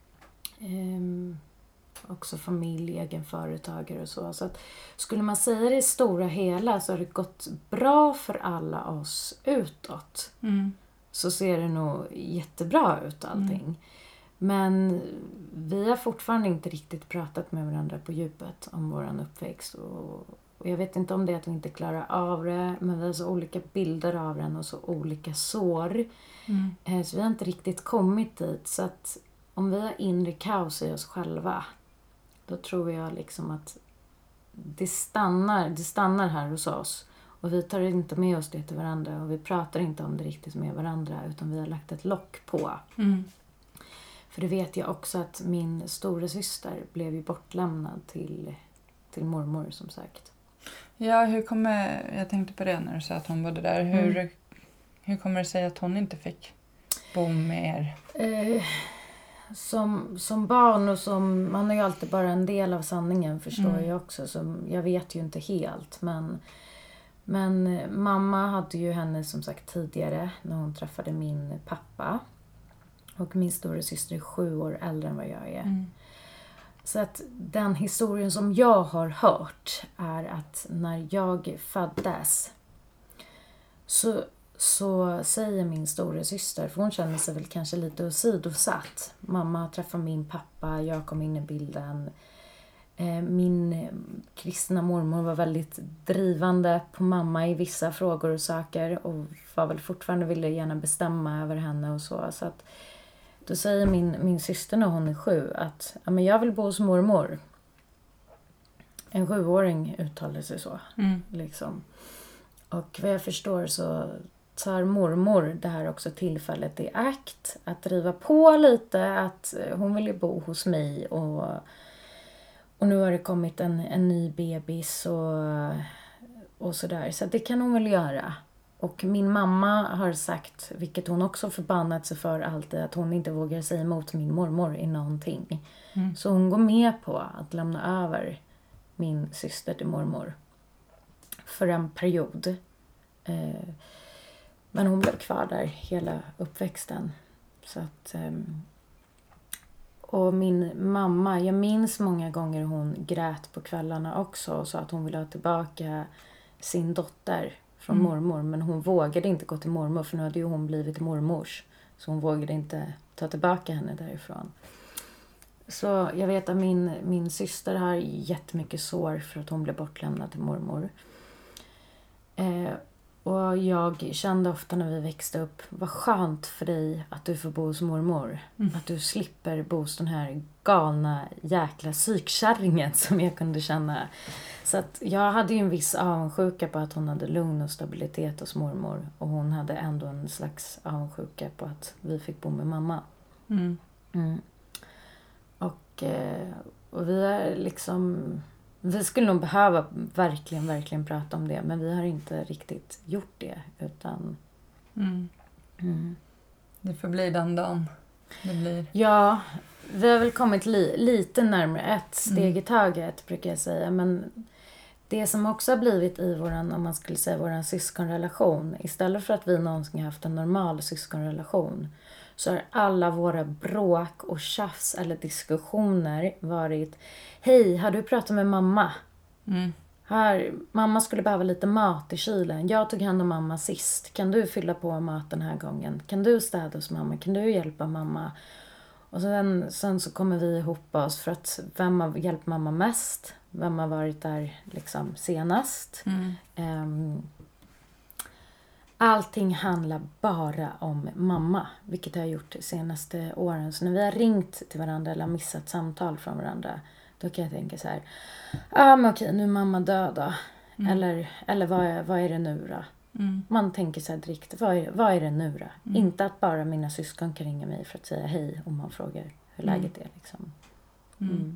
um, också familj, egen företagare och så. Så att, skulle man säga det i stora hela så har det gått bra för alla oss utåt. Mm. Så ser det nog jättebra ut allting. Mm. Men vi har fortfarande inte riktigt pratat med varandra på djupet om våran uppväxt. Och, och jag vet inte om det är att vi inte klarar av det. Men vi har så olika bilder av den och så olika sår. Mm. Så vi har inte riktigt kommit dit. Så att om vi har inre kaos i oss själva, då tror jag liksom att det stannar, det stannar här hos oss. Och vi tar inte med oss det till varandra. Och vi pratar inte om det riktigt med varandra. Utan vi har lagt ett lock på. Mm. För det vet jag också att min stora syster blev ju bortlämnad till, till mormor som sagt. Ja, hur kommer... Jag tänkte på det när du sa att hon bodde där. Hur, mm. hur kommer det sig att hon inte fick bo med er? Eh, som, som barn och som... Man är ju alltid bara en del av sanningen, förstår mm. jag också. Som, jag vet ju inte helt, men... Men mamma hade ju henne som sagt tidigare när hon träffade min pappa. Och min stora syster är sju år äldre än vad jag är. Mm. Så att den historien som jag har hört är att när jag föddes så, så säger min stora syster, för hon känner sig väl kanske lite åsidosatt. Mamma träffade min pappa, jag kom in i bilden. Min kristna mormor var väldigt drivande på mamma i vissa frågor och saker. Och var väl fortfarande ville gärna bestämma över henne och så. Så att då säger min, min syster när hon är sju att ja, men jag vill bo hos mormor. En sjuåring uttalar sig så. Mm. Liksom. Och vad jag förstår så tar mormor det här också tillfället i akt. Att driva på lite. Att hon vill ju bo hos mig och... Och nu har det kommit en, en ny bebis och, och sådär. Så det kan hon väl göra. Och min mamma har sagt, vilket hon också förbannat sig för alltid, att hon inte vågar säga emot min mormor i någonting. Mm. Så hon går med på att lämna över min syster till mormor. För en period. Eh, men hon blev kvar där hela uppväxten. Så att... Eh, Och min mamma, jag minns många gånger hon grät på kvällarna också och sa att hon ville ha tillbaka sin dotter från mm. mormor. Men hon vågade inte gå till mormor för nu hade ju hon blivit mormors. Så hon vågade inte ta tillbaka henne därifrån. Så jag vet att min, min syster har jättemycket sår för att hon blev bortlämnad till mormor. Eh, Och jag kände ofta när vi växte upp, vad skönt för dig att du får bo hos mormor. Mm. Att du slipper bo hos den här galna jäkla psykkärringen som jag kunde känna. Så att jag hade ju en viss avundsjuka på att hon hade lugn och stabilitet hos mormor. Och hon hade ändå en slags avundsjuka på att vi fick bo med mamma. Mm. Mm. Och, och vi är liksom... Vi skulle nog behöva verkligen, verkligen prata om det. Men vi har inte riktigt gjort det. Utan... Mm. Mm. Det får bli den dagen det blir. Ja, vi har väl kommit li- lite närmare ett steg Mm. i taget, brukar jag säga. Men det som också har blivit i våran, om man skulle säga våran syskonrelation. Istället för att vi någonsin har haft en normal syskonrelation. Så har alla våra bråk och tjafs eller diskussioner varit: hej, har du pratat med mamma? Mm. Här, mamma skulle behöva lite mat i kylen. Jag tog hand om mamma sist. Kan du fylla på mat den här gången? Kan du städa hos mamma? Kan du hjälpa mamma? Och sen, sen så kommer vi ihop oss för att vem har hjälpt mamma mest? Vem har varit där liksom senast? Mm. Um, Allting handlar bara om mamma, vilket jag har gjort de senaste åren. Så när vi har ringt till varandra eller missat samtal från varandra, då kan jag tänka så här: ja ah, men okej, nu är mamma död då. Mm. Eller, eller vad, är, vad är det nu då? Mm. Man tänker så här direkt, vad är, vad är det nu då? Mm. Inte att bara mina syskon kan ringa mig för att säga hej om man frågar hur Mm. läget är. Liksom. Mm. Mm.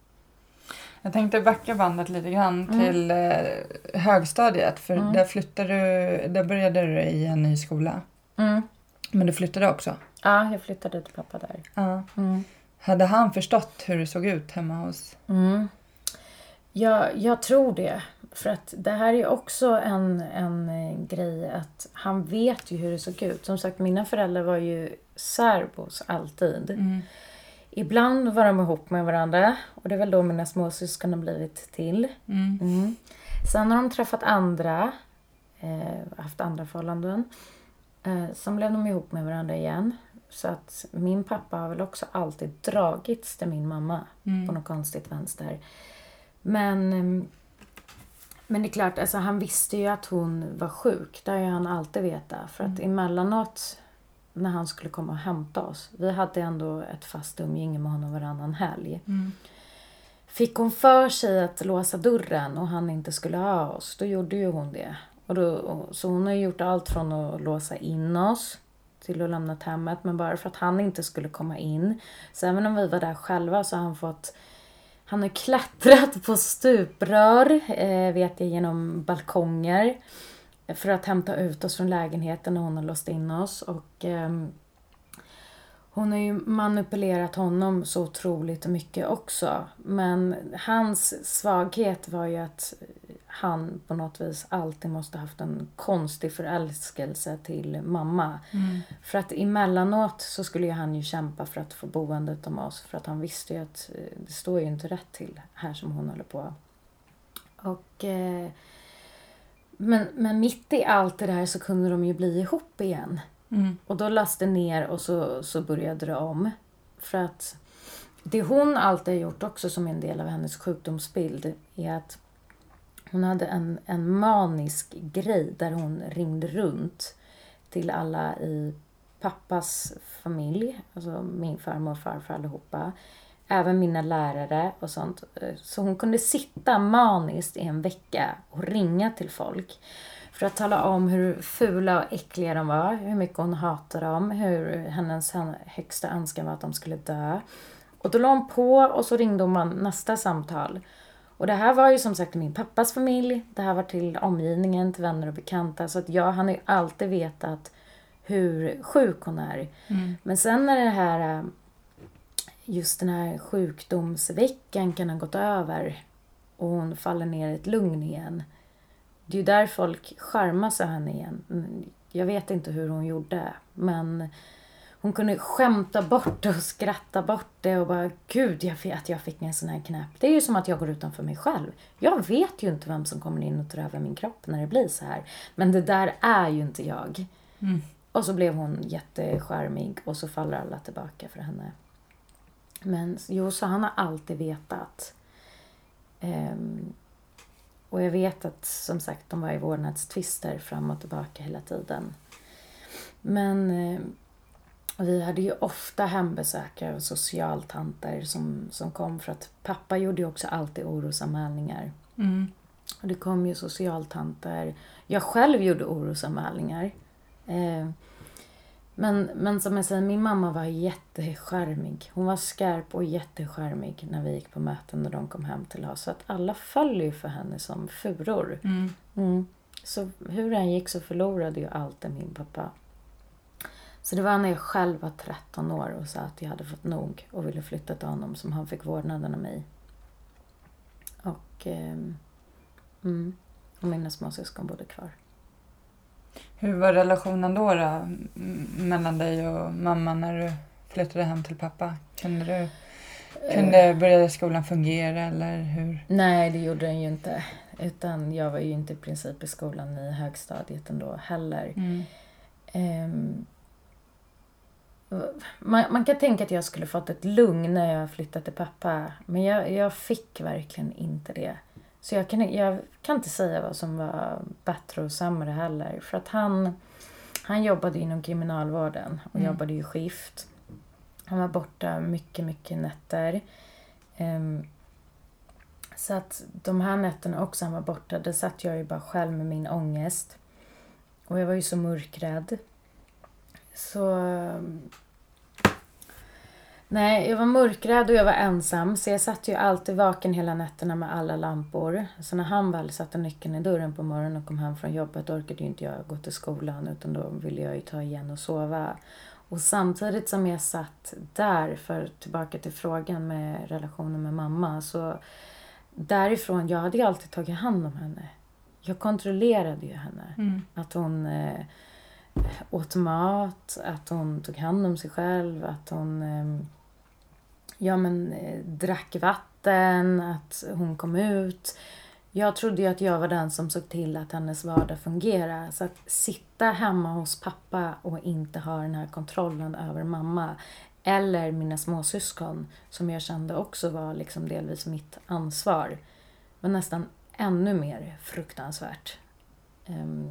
Jag tänkte backa bandet lite grann Mm. till eh, högstadiet. För Mm. där flyttade du, där började du i en ny skola. Mm. Men du flyttade också. Ja, jag flyttade till pappa där. Ja. Mm. Hade han förstått hur det såg ut hemma hos? Mm. Jag, jag tror det. För att det här är också en, en grej att han vet ju hur det såg ut. Som sagt, mina föräldrar var ju särbos alltid. Mm. Ibland var de ihop med varandra. Och det är väl då mina småsyskon har blivit till. Mm. Mm. Sen har de träffat andra. Eh, haft andra förhållanden. Eh, sen blev de ihop med varandra igen. Så att min pappa har väl också alltid dragits till min mamma. Mm. På något konstigt vänster. Men, men det är klart, alltså, han visste ju att hon var sjuk. Det har ju han alltid vetat. För att Mm. emellanåt när han skulle komma och hämta oss. Vi hade ändå ett fast umgänge med honom varannan helg. Mm. Fick hon för sig att låsa dörren och han inte skulle ha oss, då gjorde ju hon det. Och då, så hon har gjort allt från att låsa in oss till att lämna hemmet. Men bara för att han inte skulle komma in. Så även om vi var där själva så har han fått... Han har klättrat på stuprör, eh, vet jag, genom balkonger. För att hämta ut oss från lägenheten när hon har låst in oss. Och eh, hon har ju manipulerat honom så otroligt mycket också. Men hans svaghet var ju att han på något vis alltid måste haft en konstig förälskelse till mamma. Mm. För att emellanåt så skulle ju han ju kämpa för att få boendet om oss. För att han visste ju att det står ju inte rätt till här som hon håller på. Och, eh, men, men mitt i allt det där så kunde de ju bli ihop igen. Mm. Och då lastade ner och så, så började det om. För att det hon alltid har gjort också som en del av hennes sjukdomsbild är att hon hade en, en manisk grej där hon ringde runt till alla i pappas familj. Alltså min farmor och farfar allihopa. Även mina lärare och sånt. Så hon kunde sitta maniskt i en vecka och ringa till folk. För att tala om hur fula och äckliga de var. Hur mycket hon hatade dem. Hur hennes högsta önskan var att de skulle dö. Och då la hon på och så ringde man nästa samtal. Och det här var ju som sagt min pappas familj. Det här var till omgivningen, till vänner och bekanta. Så att jag han har ju alltid vetat hur sjuk hon är. Mm. Men sen när det här, just den här sjukdomsveckan kan ha gått över. Och hon faller ner i ett lugn igen. Det är ju där folk charmas av henne igen. Jag vet inte hur hon gjorde. Men hon kunde skämta bort det och skratta bort det. Och bara, gud jag vet att jag fick en sån här knäpp. Det är ju som att jag går utanför mig själv. Jag vet ju inte vem som kommer in och tar över min kropp när det blir så här. Men det där är ju inte jag. Mm. Och så blev hon jätteskärmig. Och så faller alla tillbaka för henne. Men jo, så han har alltid vetat. Um, och jag vet att som sagt de var i vårdnadstvister fram och tillbaka hela tiden. Men eh, vi hade ju ofta hembesökare och socialtanter som, som kom för att pappa gjorde ju också alltid orosanmälningar. Mm. Och det kom ju socialtanter. Jag själv gjorde orosanmälningar. Eh, men, men som jag säger, min mamma var jätteskärmig. Hon var skarp och jätteskärmig när vi gick på möten och de kom hem till oss. Så att alla föll ju för henne som furor. Mm. Mm. Så hur han gick så förlorade ju alltid min pappa. Så det var när jag själv var tretton år och sa att jag hade fått nog och ville flytta till honom som han fick vårdnaden av mig. Och, eh, mm, och mina småsyskon bodde kvar. Hur var relationen då, då m- mellan dig och mamma när du flyttade hem till pappa? Kunde du kunde börja skolan fungera eller hur? Nej, det gjorde den ju inte. Utan jag var ju inte i princip i skolan i högstadiet ändå heller. Mm. Um, man, man kan tänka att jag skulle fått ett lugn när jag flyttade till pappa. Men jag, jag fick verkligen inte det. Så jag kan, jag kan inte säga vad som var bättre och sämre heller. För att han, han jobbade inom kriminalvården och Mm. jobbade i skift. Han var borta mycket, mycket nätter. Um, så att de här nätterna också han var borta, det satt jag ju bara själv med min ångest. Och jag var ju så mörkrädd. Så... Nej, jag var mörkrädd och jag var ensam. Så jag satt ju alltid vaken hela nätterna med alla lampor. Så när han väl satte nyckeln i dörren på morgonen och kom hem från jobbet orkade ju inte jag gå till skolan. Utan då ville jag ju ta igen och sova. Och samtidigt som jag satt där, för tillbaka till frågan med relationen med mamma. Så därifrån, jag hade ju alltid tagit hand om henne. Jag kontrollerade ju henne. Mm. Att hon eh, åt mat, att hon tog hand om sig själv, att hon eh, ja, men, eh, drack vatten, att hon kom ut. Jag trodde ju att jag var den som såg till att hennes vardag fungerade. Så att sitta hemma hos pappa och inte ha den här kontrollen över mamma eller mina småsyskon, som jag kände också var liksom delvis mitt ansvar, var nästan ännu mer fruktansvärt. Um,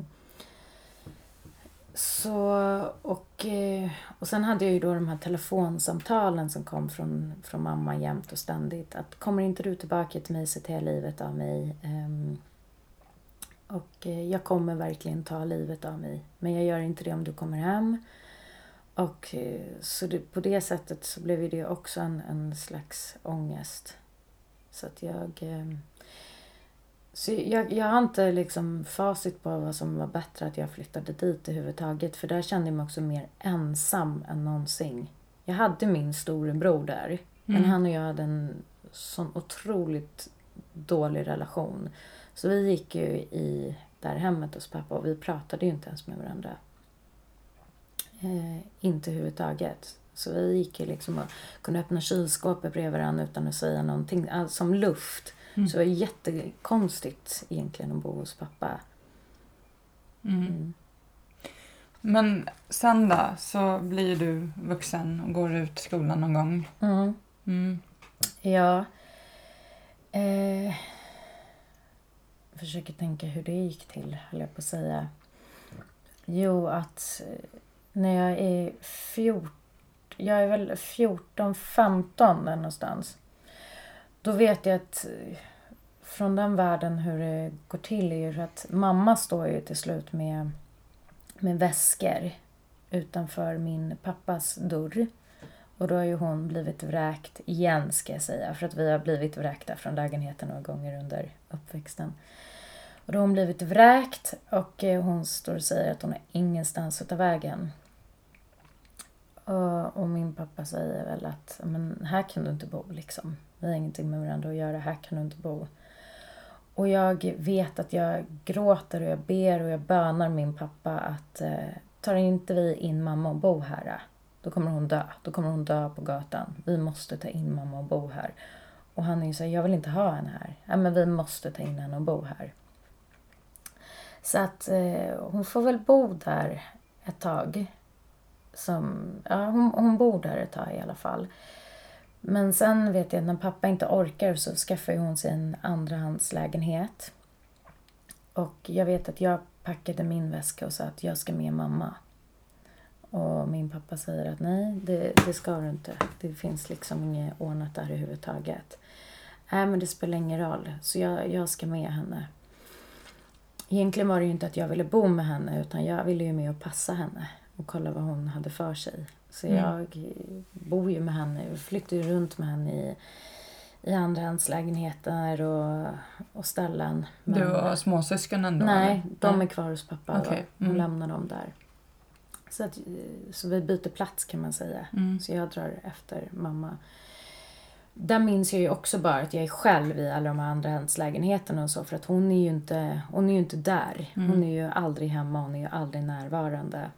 så, och, och sen hade jag ju då de här telefonsamtalen som kom från, från mamma jämt och ständigt. Att kommer inte du tillbaka till mig så tar jag livet av mig. Um, och jag kommer verkligen ta livet av mig. Men jag gör inte det om du kommer hem. Och så det, på det sättet så blev det också en, en slags ångest. Så att jag... Så jag, jag har inte liksom facit på vad som var bättre att jag flyttade dit överhuvudtaget. För där kände jag mig också mer ensam än någonsin. Jag hade min storebror där. Mm. Men han och jag hade en sån otroligt dålig relation. Så vi gick ju i där hemmet hos pappa och vi pratade ju inte ens med varandra. Eh, inte överhuvudtaget. Så vi gick ju liksom och kunde öppna kylskåpet bredvid varandra utan att säga någonting. Alltså, som luft. Mm. Så det var jättekonstigt egentligen att bo hos pappa. Mm. Mm. Men sen då så blir du vuxen och går ut skolan någon gång. Mm. Mm. Ja. Eh, jag försöker tänka hur det gick till, höll jag på att säga. Jo, att när jag är fjorton, jag är väl fjorton femton där någonstans. Då vet jag att från den världen hur det går till är ju att mamma står ju till slut med, med väskor utanför min pappas dörr. Och då har ju hon blivit vräkt igen, ska jag säga. För att vi har blivit vräkta från lägenheten några gånger under uppväxten. Och då har hon blivit vräkt och hon står och säger att hon har ingenstans att ta vägen. Och, och min pappa säger väl att men här kan du inte bo liksom. Vi har ingenting med varandra att göra, här kan du inte bo. Och jag vet att jag gråter och jag ber och jag bönar min pappa att eh, tar inte vi in mamma och bo här, då kommer hon dö. Då kommer hon dö på gatan. Vi måste ta in mamma och bo här. Och han är ju så här, jag vill inte ha henne här. Ja, men vi måste ta in henne och bo här. Så att eh, hon får väl bo där ett tag. Som, ja, hon, hon bor där ett tag i alla fall. Men sen vet jag att när pappa inte orkar så skaffar hon sig en andrahandslägenhet. Och jag vet att jag packade min väska och sa att jag ska med mamma. Och min pappa säger att nej, det, det ska du inte. Det finns liksom inget ordnat där överhuvudtaget. Nej, men det spelar ingen roll. Så jag, jag ska med henne. Egentligen var det ju inte att jag ville bo med henne, utan jag ville ju med och passa henne. Och kolla vad hon hade för sig. Så mm. jag bor ju med henne. Jag flyttar ju runt med henne i, i andrahandslägenheter och, och ställen. Men, du och småsyskonen då? Nej, eller? de är kvar hos pappa. Okay. Hon mm. lämnar dem där. Så, att, så vi byter plats kan man säga. Mm. Så jag drar efter mamma. Där minns jag ju också bara att jag är själv i alla de här andrahandslägenheterna och så. För att hon är ju inte, hon är ju inte där. Mm. Hon är ju aldrig hemma. Hon är ju aldrig närvarande.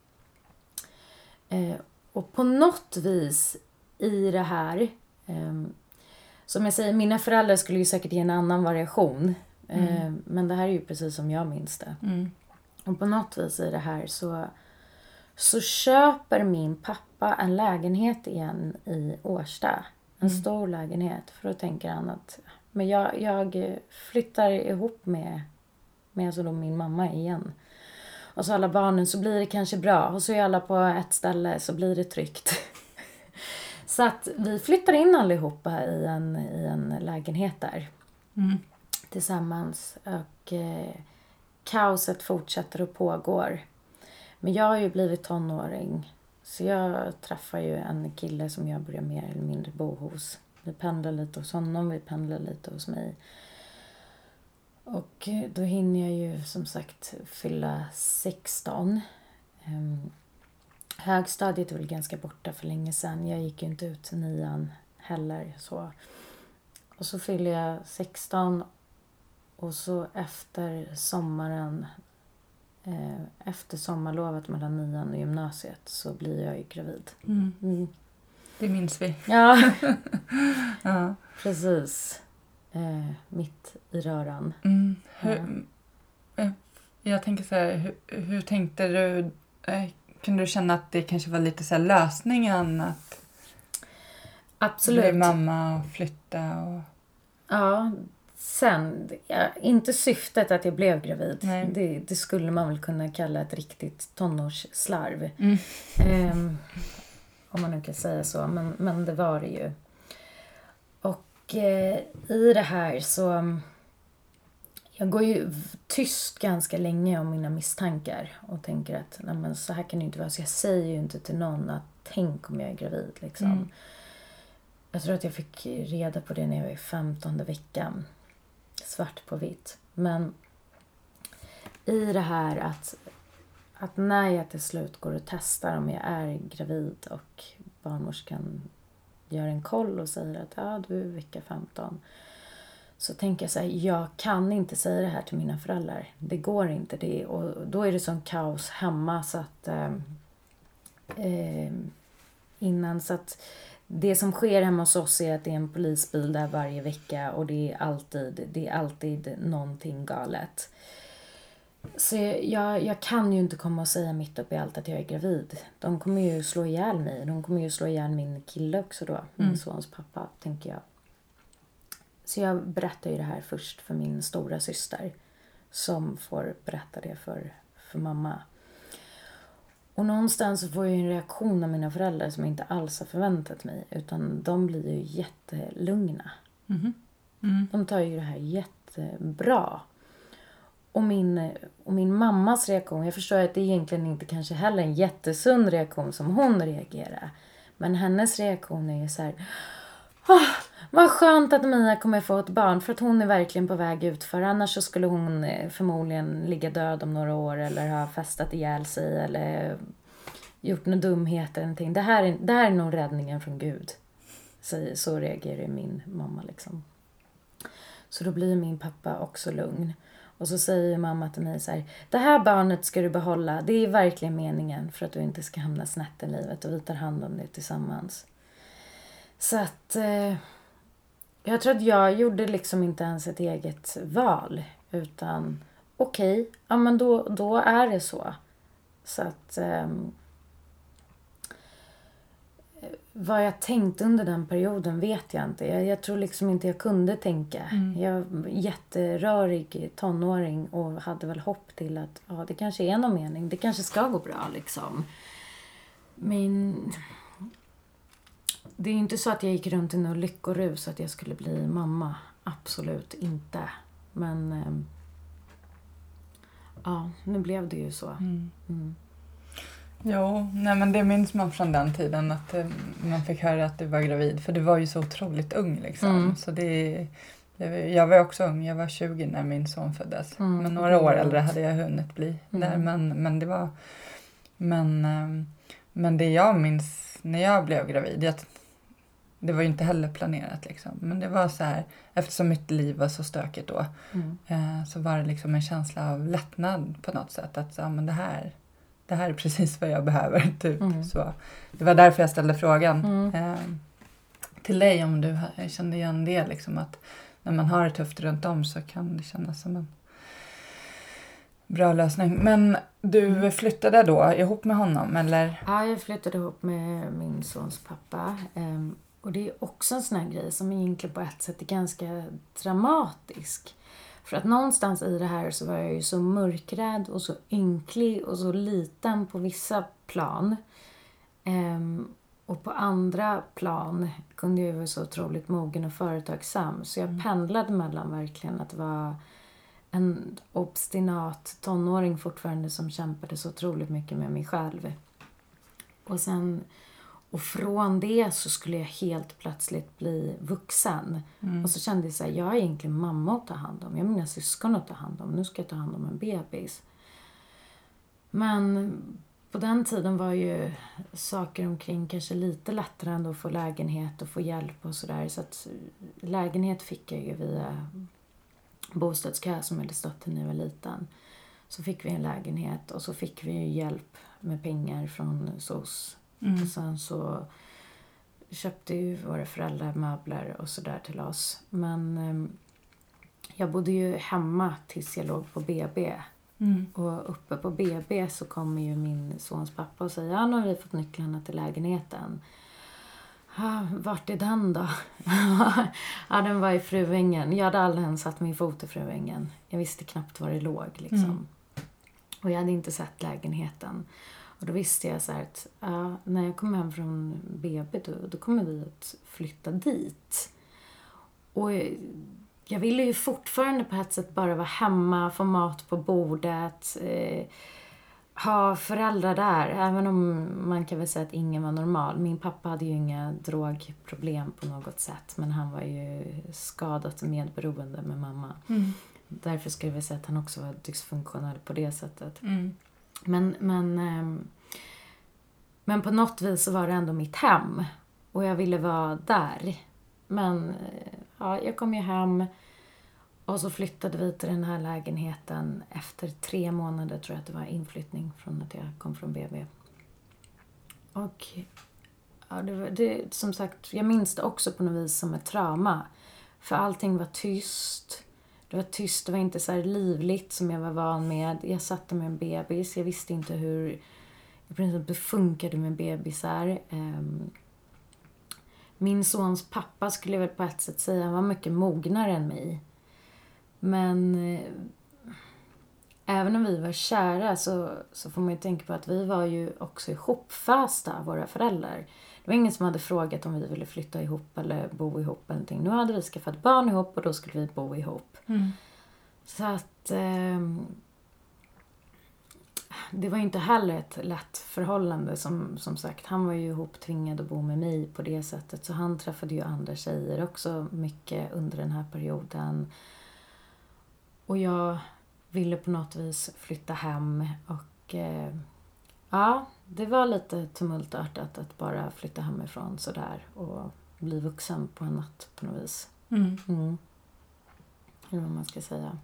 Eh, och på något vis i det här. Eh, som jag säger, mina föräldrar skulle ju säkert ge en annan variation. Eh, mm. Men det här är ju precis som jag minns det. Mm. Och på något vis i det här så... Så köper min pappa en lägenhet igen i Årsta. En mm. stor lägenhet. För då tänker han att men jag, jag flyttar ihop med, med alltså då min mamma igen. Och så alla barnen så blir det kanske bra. Och så är alla på ett ställe så blir det tryggt. Så att vi flyttar in allihopa i en, i en lägenhet där. Mm. Tillsammans. Och eh, kaoset fortsätter och pågår. Men jag har ju blivit tonåring. Så jag träffar ju en kille som jag börjar mer eller mindre bo hos. Vi pendlar lite hos honom, vi pendlar lite hos mig. Och då hinner jag ju som sagt fylla sexton. Um, högstadiet är väl ganska borta för länge sedan. Jag gick ju inte ut till nian heller. Så. Och så fyller jag sexton. Och så efter sommaren... Efter sommarlovet mellan nian och gymnasiet så blir jag ju gravid. Mm. Mm. Det minns vi. Ja, ja. Precis. Eh, mitt i röran. Mm. Hur, eh. Jag tänker så här, hur, hur tänkte du? Eh, kunde du känna att det kanske var lite så här lösningen att absolut bli mamma och flytta? Och... Ja, sen, ja, inte syftet att jag blev gravid. Det, det skulle man väl kunna kalla ett riktigt tonårsslarv. Mm. Um, om man nu kan säga så. Men, men det var det ju. Och eh, i det här så... Jag går ju tyst ganska länge om mina misstankar. Och tänker att nej, men så här kan det inte vara. Så jag säger ju inte till någon att tänk om jag är gravid. Liksom. Mm. Jag tror att jag fick reda på det när jag var i femtonde veckan. Svart på vitt. Men i det här att, att när jag till slut går och testar om jag är gravid och barnmorskan gör en koll och säger att ja, du är vecka femton. Så tänker jag så här, jag kan inte säga det här till mina föräldrar. Det går inte det. Och då är det sån kaos hemma så att eh, eh, innan så att det som sker hemma hos oss är att det är en polisbil där varje vecka och det är alltid, det är alltid någonting galet. Så jag, jag kan ju inte komma och säga mitt upp i allt att jag är gravid. De kommer ju slå ihjäl mig. De kommer ju slå ihjäl min kille också då. Min mm. sons pappa, tänker jag. Så jag berättar ju det här först för min stora syster. Som får berätta det för, för mamma. Och någonstans så får jag en reaktion av mina föräldrar som jag inte alls har förväntat mig. Utan de blir ju jättelugna. Mm. Mm. De tar ju det här jättebra. Och min, och min mammas reaktion, jag förstår att det egentligen inte kanske heller en jättesund reaktion som hon reagerar. Men hennes reaktion är ju så här, oh, vad skönt att Mia kommer få ett barn för att hon är verkligen på väg ut för annars så skulle hon förmodligen ligga död om några år eller ha festat ihjäl sig eller gjort några dumheter eller någonting. Det här är, det här är nog räddningen från Gud. Så, så reagerar min mamma liksom. Så då blir min pappa också lugn. Och så säger mamma till mig så här, det här barnet ska du behålla. Det är verkligen meningen för att du inte ska hamna snett i livet och vi tar hand om det tillsammans. Så att eh, jag tror att jag gjorde liksom inte ens ett eget val. Utan okej, okay, ja men då, då är det så. Så att eh, vad jag tänkte under den perioden vet jag inte. Jag, jag tror liksom inte jag kunde tänka. Mm. Jag var jätterörig tonåring och hade väl hopp till att ja, det kanske är någon mening. Det kanske ska gå bra liksom. Men det är inte så att jag gick runt i någon lyckorus att jag skulle bli mamma. Absolut inte. Men eh, ja, nu blev det ju så. Mm. Mm. Jo, nej men det minns man från den tiden att eh, man fick höra att du var gravid. För du var ju så otroligt ung liksom. Mm. Så det, det, jag var också ung, jag var tjugo när min son föddes. Mm. Men några år äldre hade jag hunnit bli mm. där. Men, men det var, men, eh, men det jag minns när jag blev gravid, jag, det var ju inte heller planerat liksom. Men det var så här, eftersom mitt liv var så stökigt då. Mm. Eh, så var det liksom en känsla av lättnad på något sätt. Att ja, men det här... Det här är precis vad jag behöver. Typ. Mm. Så det var därför jag ställde frågan mm. eh, till dig om du kände igen det. Liksom, att när man har det tufft runt om så kan det kännas som en bra lösning. Men du flyttade då ihop med honom? Eller? Ja, jag flyttade ihop med min sons pappa. Eh, och det är också en sån här grej som egentligen på ett sätt är ganska dramatisk. För att någonstans i det här så var jag ju så mörkrädd och så ynklig och så liten på vissa plan. Ehm, och på andra plan kunde jag vara så otroligt mogen och företagsam. Så jag mm. pendlade mellan verkligen att vara en obstinat tonåring fortfarande som kämpade så otroligt mycket med mig själv. Och sen... Och från det så skulle jag helt plötsligt bli vuxen. Mm. Och så kände jag så här, jag är egentligen mamma att ta hand om. Jag har mina syskon att ta hand om. Nu ska jag ta hand om en bebis. Men på den tiden var ju saker omkring kanske lite lättare ändå att få lägenhet och få hjälp och sådär. Så att lägenhet fick jag ju via bostadskö som jag hade stått när jag var liten. Så fick vi en lägenhet och så fick vi ju hjälp med pengar från S O S. Mm. Och sen så köpte ju våra föräldrar möbler och sådär till oss. Men eh, jag bodde ju hemma tills jag låg på B B. Mm. Och uppe på B B så kommer ju min sons pappa och säger, ja, nu har vi fått nycklarna till lägenheten. Ah, vart är den då? Ja, den var i Fruängen. Jag hade aldrig ens satt min fot i Fruängen. Jag visste knappt var det låg liksom. Mm. Och jag hade inte sett lägenheten. Och då visste jag så här att uh, när jag kommer hem från B B då, då kommer vi att flytta dit. Och jag ville ju fortfarande på ett sätt bara vara hemma, få mat på bordet, eh, ha föräldrar där. Även om man kan väl säga att ingen var normal. Min pappa hade ju inga drogproblem på något sätt. Men han var ju skadat medberoende med mamma. Mm. Därför skulle jag väl säga att han också var dysfunktionell på det sättet. Mm. Men, men, ähm, men på något vis så var det ändå mitt hem. Och jag ville vara där. Men ja, jag kom ju hem. Och så flyttade vi till den här lägenheten. Efter tre månader tror jag att det var inflyttning från att jag kom från B B. Och ja, det var, det, som sagt, jag minns det också på något vis som ett trauma. För allting var tyst. Det var tyst, det var inte så här livligt som jag var van med. Jag satt med en bebis, jag visste inte hur i princip det funkade med bebisar. Min sons pappa skulle jag väl på ett sätt säga, han var mycket mognare än mig. Men även om vi var kära så, så får man ju tänka på att vi var ju också ihopfästa, våra föräldrar. Det var ingen som hade frågat om vi ville flytta ihop eller bo ihop eller någonting. Nu hade vi skaffat barn ihop och då skulle vi bo ihop. Mm. Så att eh, det var inte heller ett lätt förhållande. Som, som sagt, han var ju ihoptvingad att bo med mig på det sättet. Så han träffade ju andra tjejer också mycket under den här perioden. Och jag ville på något vis flytta hem och eh, ja, det var lite tumultartat att bara flytta hemifrån sådär och bli vuxen på en natt på något vis. Mm. Mm. Eller vad man ska säga.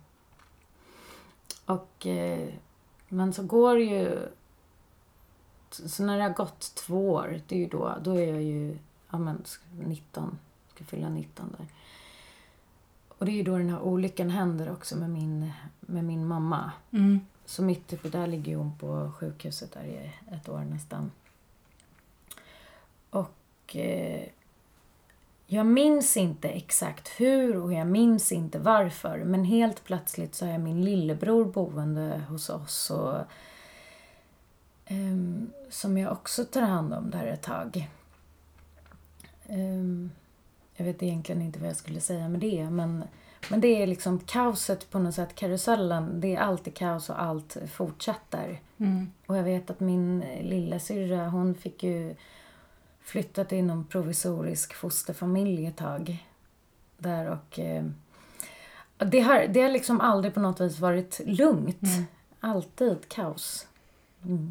Och eh, men så går det ju, så när det har gått två år, det är ju då, då är jag ju ja, men, nitton, ska fylla nitton där. Och det är ju då den här olyckan händer också med min, med min mamma. Mm. Så mitt uppe där ligger hon på sjukhuset där i ett år nästan. Och Och eh, jag minns inte exakt hur och jag minns inte varför. Men helt plötsligt så är min lillebror boende hos oss. Och, eh, som jag också tar hand om där ett tag. Eh, jag vet egentligen inte vad jag skulle säga med det. Men, men det är liksom kaoset på något sätt. Karusellen, det är alltid kaos och allt fortsätter. Mm. Och jag vet att min lilla syrra, hon fick ju flytta till någon provisorisk fosterfamilj ett tag. Där och eh, det, har, det har liksom aldrig på något vis varit lugnt. Mm. Alltid kaos. Mm.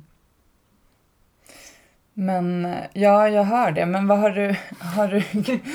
Men, ja, jag hör det. Men vad har du... Har du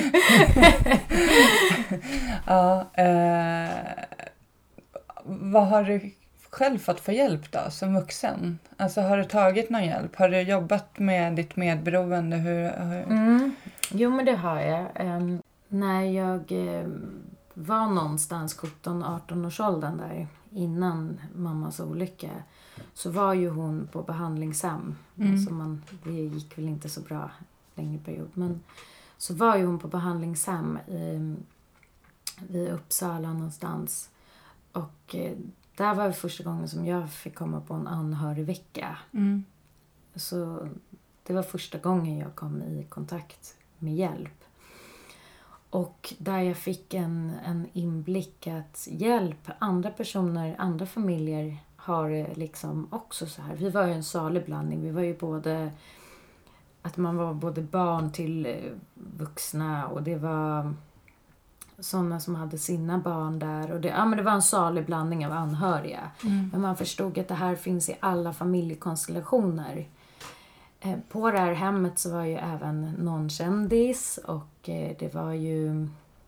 ja, eh, vad har du själv fått för hjälp då, som vuxen? Alltså, har du tagit någon hjälp? Har du jobbat med ditt medberoende? Hur, hur... Mm. Jo, men det har jag. Um, när jag uh, var någonstans sjutton arton års åldern där, innan mammas olycka, så var ju hon på behandlingshem. Mm. Alltså man, det gick väl inte så bra längre period. Men så var ju hon på behandlingshem i, vid Uppsala någonstans. Och eh, där var det första gången som jag fick komma på en anhörigvecka. Mm. Så det var första gången jag kom i kontakt med hjälp. Och där jag fick en, en inblick att hjälp, andra personer, andra familjer har liksom också så här. Vi var ju en salig blandning. Vi var ju både, att man var både barn till vuxna och det var sådana som hade sina barn där. Och det, ja, men det var en salig blandning av anhöriga. Mm. Men man förstod att det här finns i alla familjekonstellationer. Eh, på det här hemmet så var ju även någon kändis och eh, det var ju...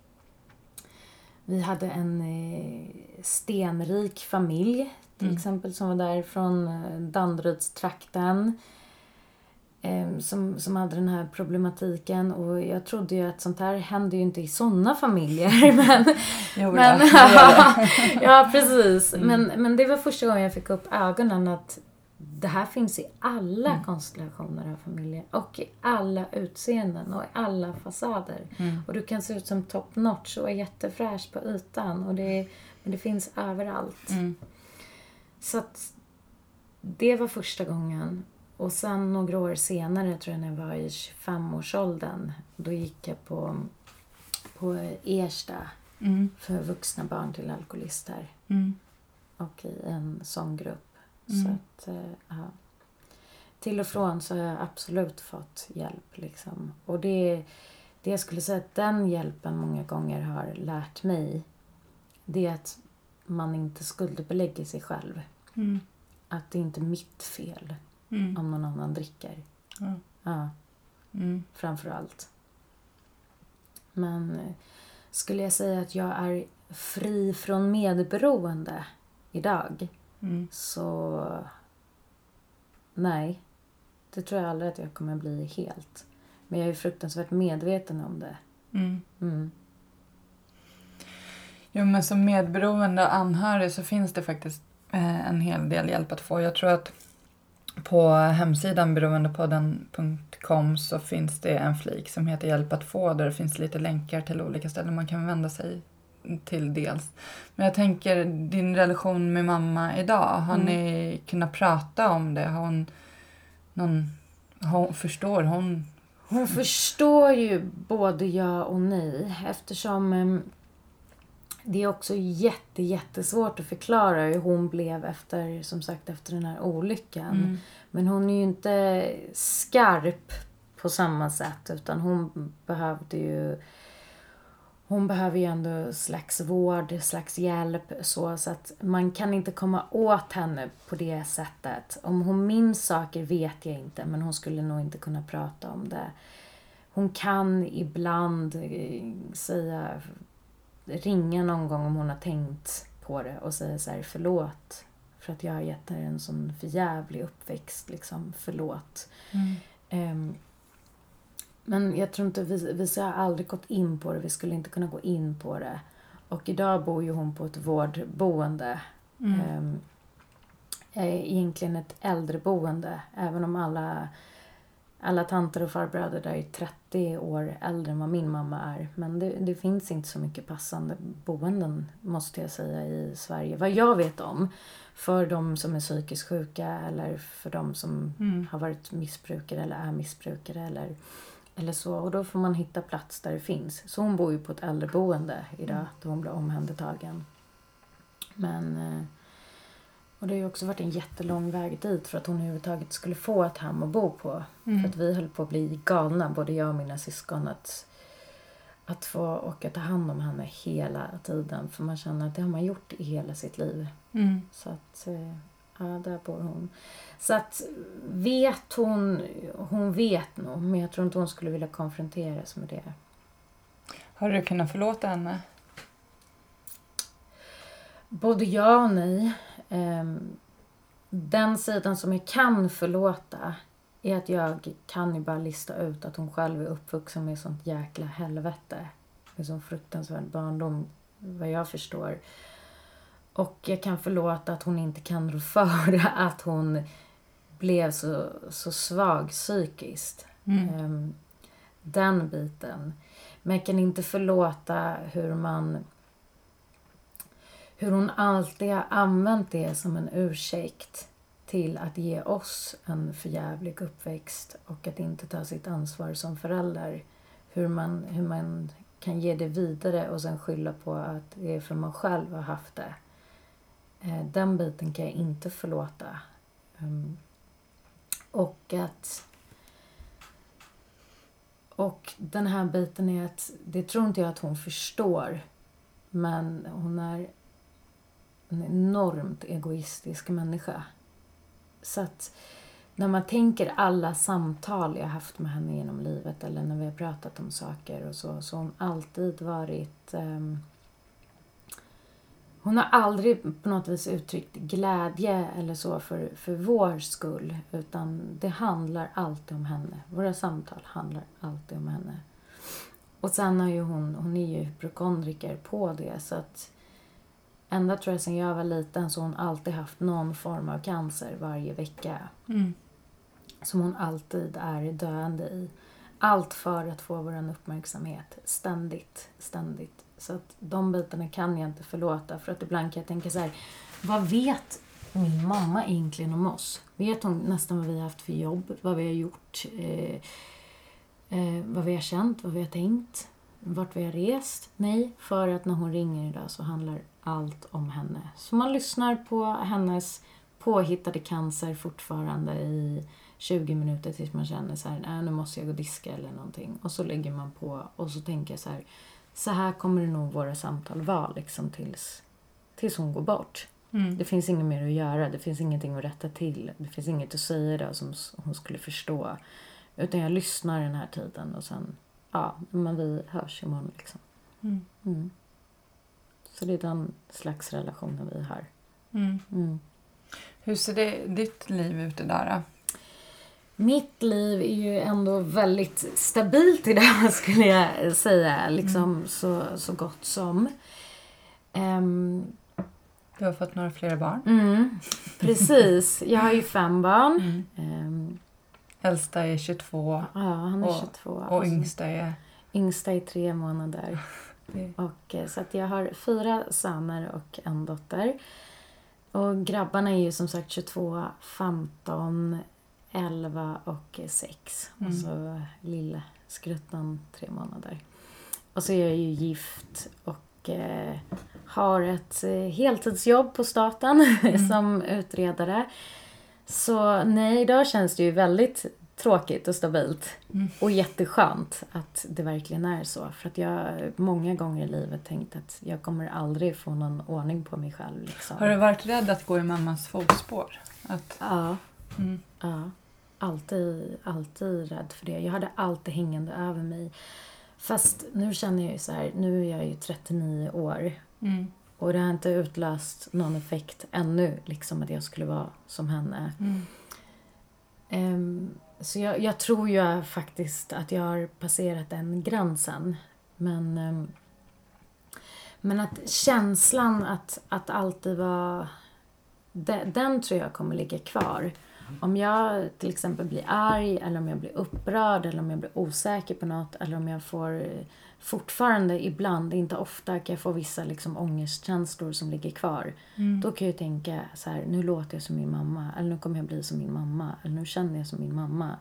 Vi hade en eh, stenrik familj till mm. exempel som var där från eh, Danderydstrakten. Eh, som, som hade den här problematiken. Och jag trodde ju att sånt här hände ju inte i såna familjer. men, jo, men ja. ja, precis. Mm. Men, men det var första gången jag fick upp ögonen att det här finns i alla mm. konstellationer av familjer. Och i alla utseenden och i alla fasader. Mm. Och du kan se ut som top notch och är jättefräsch på ytan. Och det, men det finns överallt. Mm. Så att det var första gången. Och sen några år senare, tror jag när jag var i tjugofem-årsåldern. Då gick jag på, på Ersta mm. för vuxna barn till alkoholister. Mm. Och i en sån grupp. Mm. Så att, ja. Till och från så har jag absolut fått hjälp. Liksom. Och det, det jag skulle säga att den hjälpen många gånger har lärt mig. Det är att man inte skuldbelägger sig själv. Mm. Att det inte är mitt fel. Mm. Om någon annan dricker. Mm. Ja. Mm. Framförallt. Men skulle jag säga att jag är fri från medberoende idag. Mm. Så nej. Det tror jag aldrig att jag kommer bli helt. Men jag är fruktansvärt medveten om det. Mm. Mm. Jo, men som medberoende och anhörig så finns det faktiskt eh, en hel del hjälp att få. Jag tror att på hemsidan beroendepodden punkt com så finns det en flik som heter hjälp att få. Där det finns lite länkar till olika ställen man kan vända sig till dels. Men jag tänker, din relation med mamma idag, har mm. ni kunnat prata om det? Har hon någon, hon, förstår hon? Hon förstår ju både ja och nej. Eftersom um, det är också jätte, jättesvårt att förklara hur hon blev efter, som sagt, efter den här olyckan. Mm. Men hon är ju inte skarp på samma sätt, utan hon behövde ju Hon behöver ju ändå slags vård, slags hjälp, så, så att man kan inte komma åt henne på det sättet. Om hon minns saker vet jag inte, men hon skulle nog inte kunna prata om det. Hon kan ibland säga, ringa någon gång om hon har tänkt på det och säga så här: förlåt för att jag har gett henne en sån förjävlig uppväxt, liksom, förlåt. Mm. Um, Men jag tror inte, vi, vi har aldrig gått in på det. Vi skulle inte kunna gå in på det. Och idag bor ju hon på ett vårdboende. Mm. Um, egentligen ett äldreboende. Även om alla alla tanter och farbröder där är trettio år äldre än vad min mamma är. Men det, det finns inte så mycket passande boenden, måste jag säga, i Sverige. Vad jag vet om. För de som är psykiskt sjuka eller för de som mm. har varit missbrukare eller är missbrukare eller, eller så. Och då får man hitta plats där det finns. Så hon bor ju på ett äldreboende idag, mm. då hon blir omhändertagen. Men... Och det har ju också varit en jättelång väg dit för att hon överhuvudtaget skulle få ett hem att bo på. Mm. För att vi höll på att bli galna, både jag och mina syskon, att, att få åka ta hand om henne hela tiden. För man känner att det har man gjort i hela sitt liv. Mm. Så att, ja, där bor hon. Så att, vet hon, hon vet nog, men jag tror inte hon skulle vilja konfronteras med det. Har du kunnat förlåta henne? Både ja och nej. Den sidan som jag kan förlåta är att jag kan ju bara lista ut att hon själv är uppvuxen med sånt jäkla helvete. Med sån fruktansvärd barndom, vad jag förstår. Och jag kan förlåta att hon inte kan rå för att hon blev så, så svag psykiskt. Mm. Den biten. Men jag kan inte förlåta hur man... Hur hon alltid har använt det som en ursäkt till att ge oss en förjävlig uppväxt och att inte ta sitt ansvar som förälder. Hur man, hur man kan ge det vidare och sen skylla på att det är för man själv har haft det. Den biten kan jag inte förlåta. Och att... Och den här biten är att... Det tror inte jag att hon förstår. Men hon är... en enormt egoistisk människa. Så att när man tänker alla samtal jag haft med henne genom livet eller när vi har pratat om saker och så, så har hon alltid varit um, hon har aldrig på något vis uttryckt glädje eller så för, för vår skull, utan det handlar alltid om henne. Våra samtal handlar alltid om henne. Och sen har ju hon, hon är ju hypokondriker på det, så att ända tror jag sen jag var liten så har hon alltid haft någon form av cancer varje vecka. Mm. Som hon alltid är döende i. Allt för att få vår uppmärksamhet. Ständigt, ständigt. Så att de bitarna kan jag inte förlåta. För att ibland kan jag tänka så här. Vad vet min mamma egentligen om oss? Vet hon nästan vad vi har haft för jobb? Vad vi har gjort? Eh, eh, vad vi har känt? Vad vi har tänkt? Vart vi har rest? Nej, för att när hon ringer idag så handlar allt om henne. Så man lyssnar på hennes påhittade cancer fortfarande i tjugo minuter tills man känner så här, nej, nu måste jag gå och diska eller någonting. Och så lägger man på och så tänker jag så här, så här kommer det nog våra samtal vara liksom tills, tills hon går bort. Mm. Det finns inget mer att göra, det finns ingenting att rätta till. Det finns inget att säga då som hon skulle förstå. Utan jag lyssnar den här tiden och sen, ja, men vi hörs imorgon liksom. Mm. Mm. Så det är den slags relationen vi har. Mm. Mm. Hur ser det, ditt liv ut där då? Mitt liv är ju ändå väldigt stabilt idag skulle jag säga. Liksom mm. så, så gott som. Um, du har fått några fler barn. Mm, precis. Jag har ju fem barn. Mm. Um, Äldsta är tjugotvå. Ja, han är och, tjugotvå. Och yngsta är? Yngsta är tre månader. Och, så att jag har fyra söner och en dotter. Och grabbarna är ju som sagt tjugotvå, femton, elva och sex. Mm. Och så lilla skrutten tre månader. Och så är jag ju gift och eh, har ett eh, heltidsjobb på staten mm. som utredare. Så nej, idag känns det ju väldigt tråkigt och stabilt. Mm. Och jätteskönt att det verkligen är så. För att jag många gånger i livet tänkt att jag kommer aldrig få någon ordning på mig själv. Liksom. Har du varit rädd att gå i mammas fotspår? Att... Ja. Mm. Ja. Alltid, alltid rädd för det. Jag hade alltid hängande över mig. Fast nu känner jag ju så här, nu är jag ju trettionio år. Mm. Och det har inte utlöst någon effekt ännu. Liksom att jag skulle vara som henne. Mm. Um, så jag, jag tror ju faktiskt att jag har passerat den gränsen. Men, um, men att känslan att, att alltid vara... De, den tror jag kommer ligga kvar. Om jag till exempel blir arg, eller om jag blir upprörd, eller om jag blir osäker på något, eller om jag får fortfarande ibland, inte ofta, kan jag få vissa liksom ångestkänslor som ligger kvar. Mm. Då kan jag tänka så här, nu låter jag som min mamma, eller nu kommer jag bli som min mamma, eller nu känner jag som min mamma.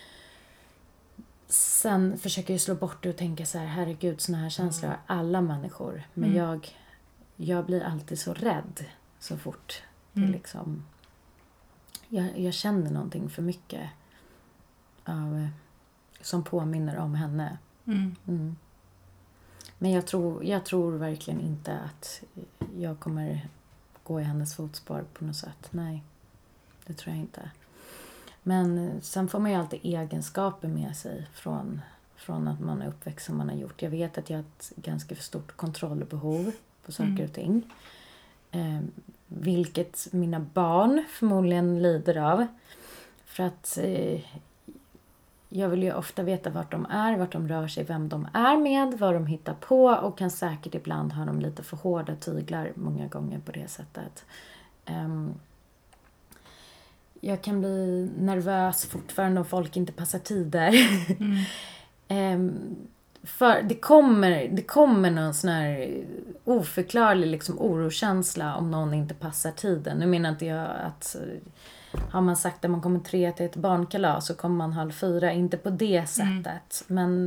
Sen försöker jag slå bort det och tänka så här, herregud, såna här känslor har alla människor. Men mm. jag, jag blir alltid så rädd så fort mm. det liksom... Jag, jag känner någonting för mycket av, som påminner om henne. Mm. Mm. Men jag tror, jag tror verkligen inte att jag kommer gå i hennes fotspår på något sätt. Nej, det tror jag inte. Men sen får man ju alltid egenskaper med sig från, från att man är uppväxt som man har gjort. Jag vet att jag har ett ganska för stort kontrollbehov på saker mm. och ting. Eh, vilket mina barn förmodligen lider av. För att eh, jag vill ju ofta veta vart de är, vart de rör sig, vem de är med, vad de hittar på. Och kan säkert ibland ha dem lite för hårda tyglar många gånger på det sättet. Eh, jag kan bli nervös fortfarande om folk inte passar tider. Mm. eh, För det kommer, det kommer någon sån här oförklarlig liksom orokänsla om någon inte passar tiden. Nu menar inte jag att har man sagt att man kommer tre till ett barnkalas så kommer man halv fyra. Inte på det sättet. Mm. Men,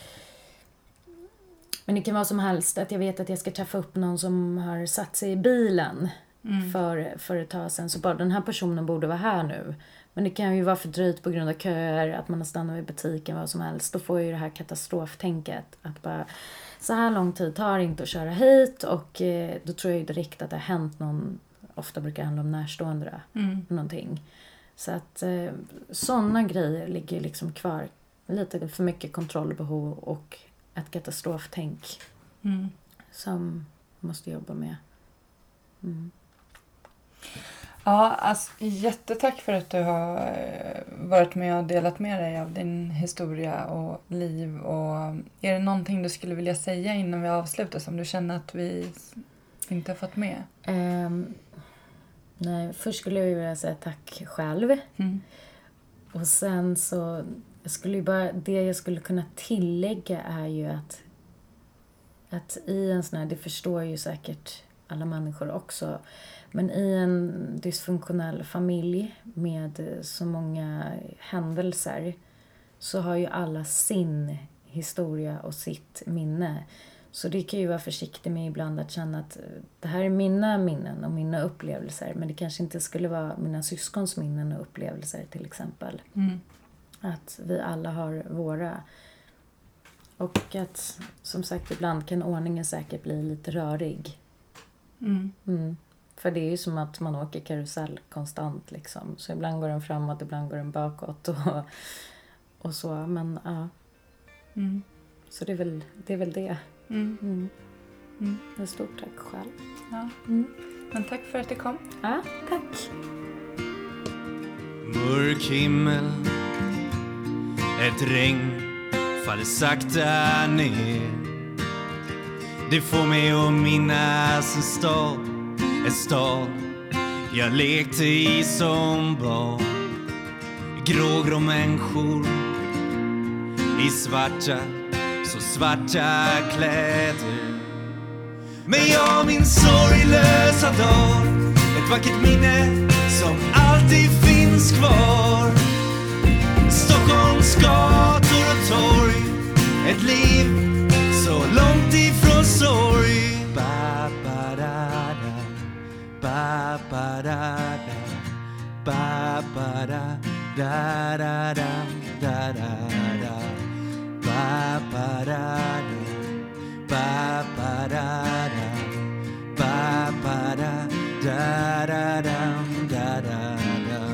men det kan vara som helst att jag vet att jag ska träffa upp någon som har satt sig i bilen mm. för, för ett tag sedan. Så bara den här personen borde vara här nu. Men det kan ju vara fördröjt på grund av köer, att man har stannat vid butiken, vad som helst. Då får jag ju det här katastroftänket. Att bara, så här lång tid tar det inte att köra hit. Och eh, då tror jag ju direkt att det har hänt någon, ofta brukar det handla om närstående. Mm. Någonting. Så att eh, sådana grejer ligger liksom kvar. Lite för mycket kontrollbehov och ett katastroftänk. Mm. Som måste jobba med. Mm. Ja, alltså, jättetack för att du har varit med och delat med dig av din historia och liv. Och är det någonting du skulle vilja säga innan vi avslutar som du känner att vi inte har fått med? Um, nej, först skulle jag vilja säga tack själv. Mm. Och sen så jag skulle ju bara, det jag skulle kunna tillägga är ju att, att i en sån här, det förstår ju säkert alla människor också. Men i en dysfunktionell familj med så många händelser så har ju alla sin historia och sitt minne. Så det kan ju vara försiktig med ibland att känna att det här är mina minnen och mina upplevelser. Men det kanske inte skulle vara mina syskons minnen och upplevelser till exempel. Mm. Att vi alla har våra. Och att som sagt ibland kan ordningen säkert bli lite rörig. Mm. Mm. För det är ju som att man åker karusell konstant liksom. Så ibland går den framåt, ibland går den bakåt och, och så. Men ja. Mm. Så det är väl det. Är väl det. Mm. Mm. Mm. En stort tack själv. Ja. Mm. Men tack för att du kom. Ja, tack. Mörk himmel, ett regn faller sakta ner. Det får mig att minnas en stad, en stad jag lekte i som barn. Grågrå människor i svarta, så svarta kläder. Men jag min sorglösa dag, ett vackert minne som alltid finns kvar. Stockholms gator och torg, ett liv så långt ifrån sorg. Ba ba da da, ba ba da da, ba ba da da da da da da, ba ba da da, ba ba da da, ba ba da da da da da da.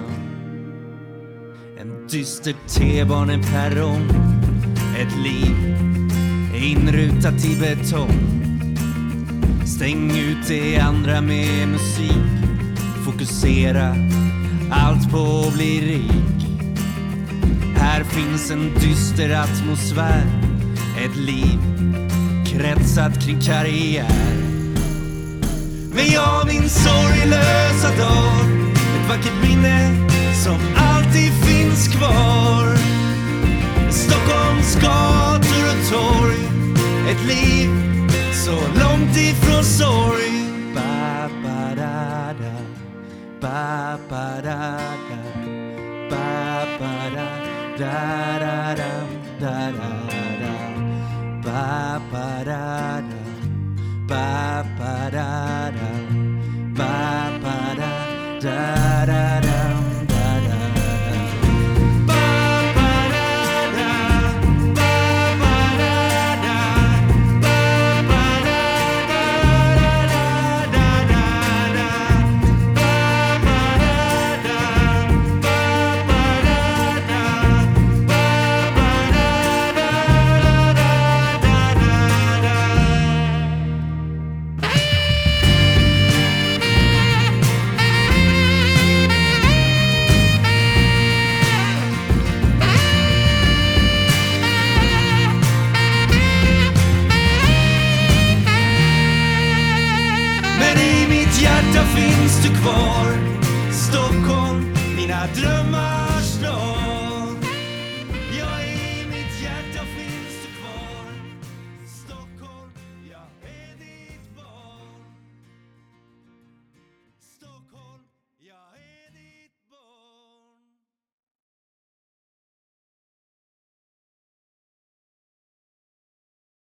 En dyster T-baneperrong, ett liv inrutat i betong. Stäng ut det andra med musik. Fokusera allt på att bli rik. Här finns en dyster atmosfär. Ett liv kretsat kring karriär. Men jag min sorglösa dag, ett vackert minne som alltid finns kvar. Stockholms gator och torg, ett liv så långt ifrån sorg. Ba ba da da, ba ba da da, ba ba da da da da da da, ba ba da da, ba ba da da, ba ba da da da da. Finns du kvar, Stockholm, mina drömmars stad.